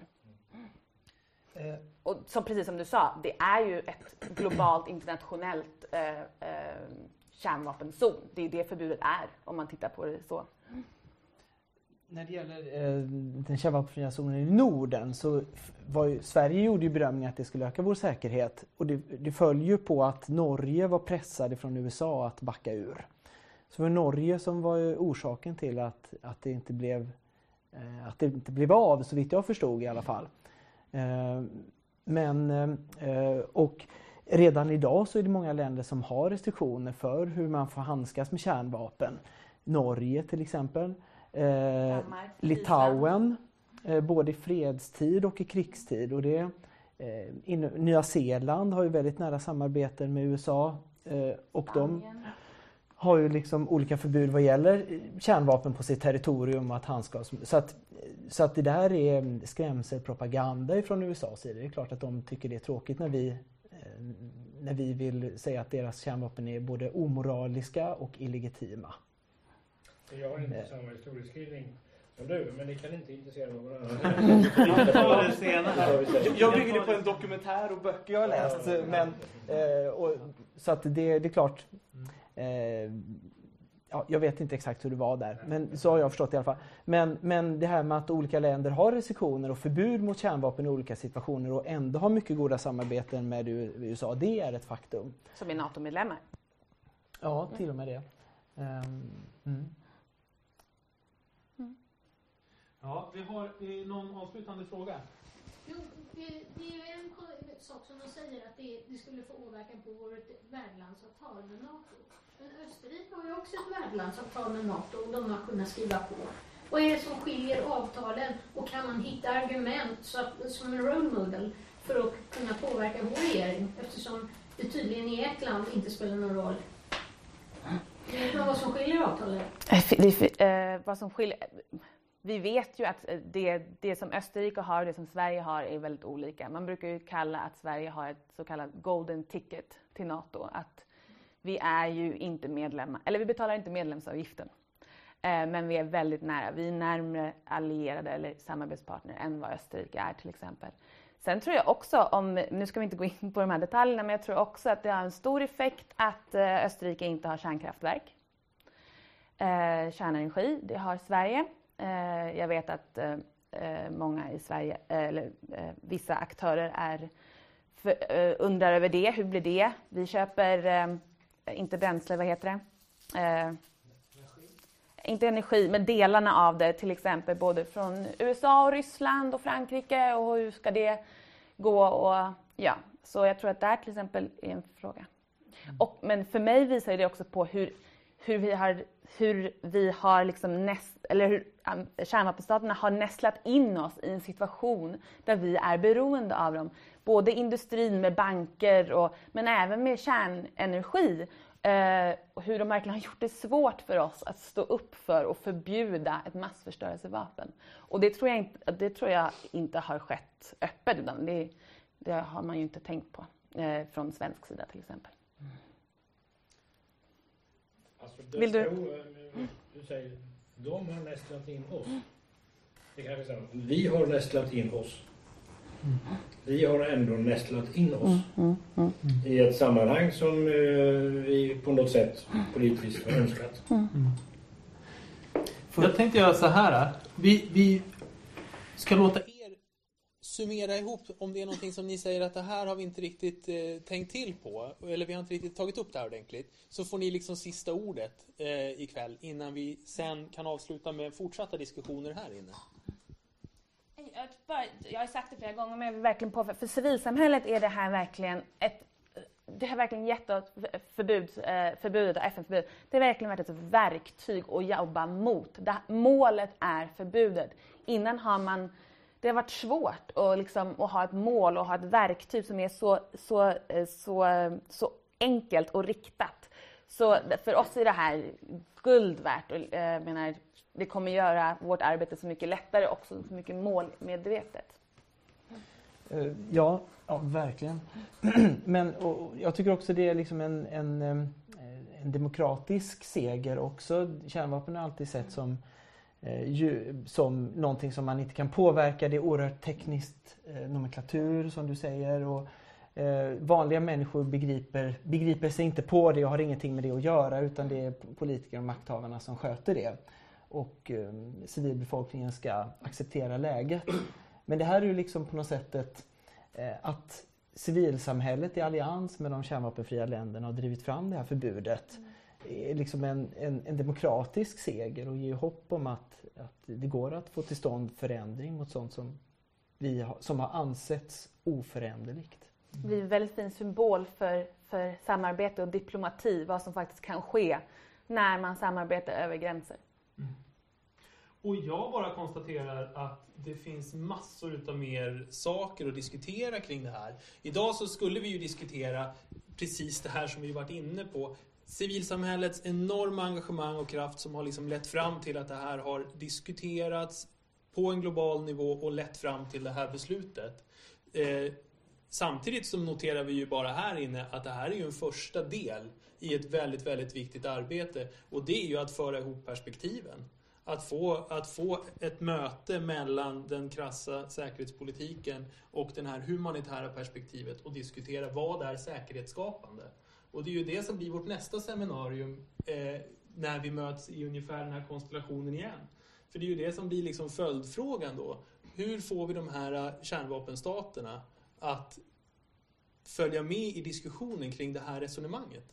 Mm. Och som, precis som du sa, det är ju ett globalt internationellt eh, eh, kärnvapenzon. Det är det förbudet är om man tittar på det så. När det gäller eh, den kärnvapenfria zonen i Norden så var ju, Sverige gjorde ju bedömningen att det skulle öka vår säkerhet. Och det, det följer ju på att Norge var pressade från U S A att backa ur. Så det var Norge som var orsaken till att, att, det inte blev, eh, att det inte blev av, så vitt jag förstod i alla fall. Eh, men, eh, och redan idag så är det många länder som har restriktioner för hur man får handskas med kärnvapen. Norge till exempel. Eh, Litauen, eh, både i fredstid och i krigstid. Och det, eh, in, Nya Zeeland har ju väldigt nära samarbeten med U S A eh, och de har ju liksom olika förbud vad gäller kärnvapen på sitt territorium att handskas. Så att, så att det där är skrämselpropaganda från U S A:s sida. Det är klart att de tycker det är tråkigt när vi, eh, när vi vill säga att deras kärnvapen är både omoraliska och illegitima. Jag har inte samma historieskrivning som du, men det kan inte intressera någon annan. Jag bygger det på en dokumentär och böcker jag har läst. Men, eh, och, så att det, det är klart, eh, ja, jag vet inte exakt hur det var där, men så har jag förstått i alla fall. Men, men det här med att olika länder har restriktioner och förbud mot kärnvapen i olika situationer och ändå har mycket goda samarbeten med U S A, det är ett faktum. Som är NATO-medlemmar? Ja, till och med det. Um, mm. Ja, vi har eh, någon avslutande fråga. Jo, det, det är ju en sak som de säger att det, det skulle få åverkan på vårt värdlandsavtal med NATO. Men Österrike har ju också ett värdlandsavtal med NATO och de har kunnat skriva på. Vad är det som skiljer avtalen och kan man hitta argument så att, som en role model för att kunna påverka vår regering eftersom det tydligen i ett land inte spelar någon roll? Vet man vad som skiljer avtalen? Det, eh, vad som skiljer... Vi vet ju att det, det som Österrike har och det som Sverige har är väldigt olika. Man brukar ju kalla att Sverige har ett så kallat golden ticket till NATO. Att vi är ju inte medlemmar, eller vi betalar inte medlemsavgiften. Eh, men vi är väldigt nära. Vi är närmare allierade eller samarbetspartner än vad Österrike är till exempel. Sen tror jag också, om, nu ska vi inte gå in på de här detaljerna, men jag tror också att det har en stor effekt att eh, Österrike inte har kärnkraftverk. Eh, kärnenergi, det har Sverige. Jag vet att många i Sverige, eller vissa aktörer är för, undrar över det. Hur blir det? Vi köper, inte bränsle, vad heter det? Energi. Inte energi, men delarna av det. Till exempel både från U S A och Ryssland och Frankrike. Och hur ska det gå? Och, ja. Så jag tror att det här till exempel är en fråga. Mm. Och, men för mig visar det också på hur hur vi har, hur vi har liksom näst, eller hur um, kärnvapenstaterna har nästlat in oss i en situation där vi är beroende av dem. Både industrin med banker, och, men även med kärnenergi. Eh, och hur de verkligen har gjort det svårt för oss att stå upp för och förbjuda ett massförstörelsevapen. Och det tror jag inte, det tror jag inte har skett öppet, utan det, det har man ju inte tänkt på eh, från svensk sida till exempel. Alltså, det Vill du? Står, du säger, de har nästlat in oss. Det kan jag säga. Vi har nästlat in oss. Mm. Vi har ändå nästlat in oss mm, mm, mm. i ett sammanhang som eh, vi på något sätt politiskt har önskat. Mm. Mm. Jag tänkte göra så här. Vi, vi ska låta er summera ihop om det är någonting som ni säger att det här har vi inte riktigt eh, tänkt till på. Eller vi har inte riktigt tagit upp det här ordentligt. Så får ni liksom sista ordet eh, ikväll innan vi sen kan avsluta med fortsatta diskussioner här inne. Jag har sagt det flera gånger, men jag vill verkligen på för civilsamhället är det här verkligen ett det har verkligen gett oss förbud, förbudet och F N-förbud. Det har verkligen varit ett verktyg att jobba mot. Det, målet är förbudet. Innan har man det har varit svårt att, liksom, att ha ett mål och ha ett verktyg som är så, så, så, så enkelt och riktat. Så för oss är det här guld värt. Och, jag menar, det kommer göra vårt arbete så mycket lättare också, så mycket målmedvetet. Ja, ja verkligen. Men och, jag tycker också det är liksom en, en, en demokratisk seger också. Kärnvapen har alltid sett som, som någonting som man inte kan påverka. Det är oerhört tekniskt nomenklatur som du säger. Och, vanliga människor begriper, begriper sig inte på det och har ingenting med det att göra, utan det är politiker och makthavarna som sköter det. Och eh, civilbefolkningen ska acceptera läget. Men det här är ju liksom på något sätt ett, eh, att civilsamhället i allians med de kärnvapenfria länderna har drivit fram det här förbudet. Mm. Är liksom en, en, en demokratisk seger och ger hopp om att, att det går att få till stånd förändring mot sånt som, vi har, som har ansetts oföränderligt. Det blir en väldigt fin symbol för, för samarbete och diplomati, vad som faktiskt kan ske när man samarbetar över gränser. Mm. Och jag bara konstaterar att det finns massor utav mer saker att diskutera kring det här. Idag så skulle vi ju diskutera precis det här som vi varit inne på. Civilsamhällets enorma engagemang och kraft som har liksom lett fram till att det här har diskuterats på en global nivå och lett fram till det här beslutet. Eh, Samtidigt så noterar vi ju bara här inne att det här är ju en första del i ett väldigt, väldigt viktigt arbete. Och det är ju att föra ihop perspektiven. Att få, att få ett möte mellan den krassa säkerhetspolitiken och den här humanitära perspektivet och diskutera vad är säkerhetsskapande. Och det är ju det som blir vårt nästa seminarium eh, när vi möts i ungefär den här konstellationen igen. För det är ju det som blir liksom följdfrågan då. Hur får vi de här kärnvapenstaterna att följa med i diskussionen kring det här resonemanget?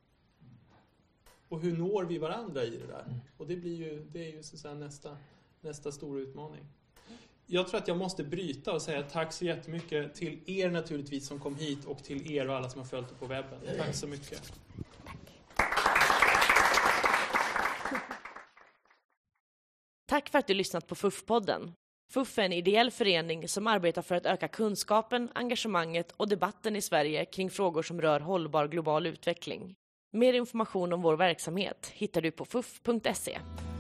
Och hur når vi varandra i det där? Och det blir ju, det är ju så att säga nästa, nästa stora utmaning. Jag tror att jag måste bryta och säga tack så jättemycket till er naturligtvis som kom hit och till er och alla som har följt det på webben. Tack så mycket. Tack för att du lyssnat på F U F-podden. F U F är en ideell förening som arbetar för att öka kunskapen, engagemanget och debatten i Sverige kring frågor som rör hållbar global utveckling. Mer information om vår verksamhet hittar du på f u f punkt se.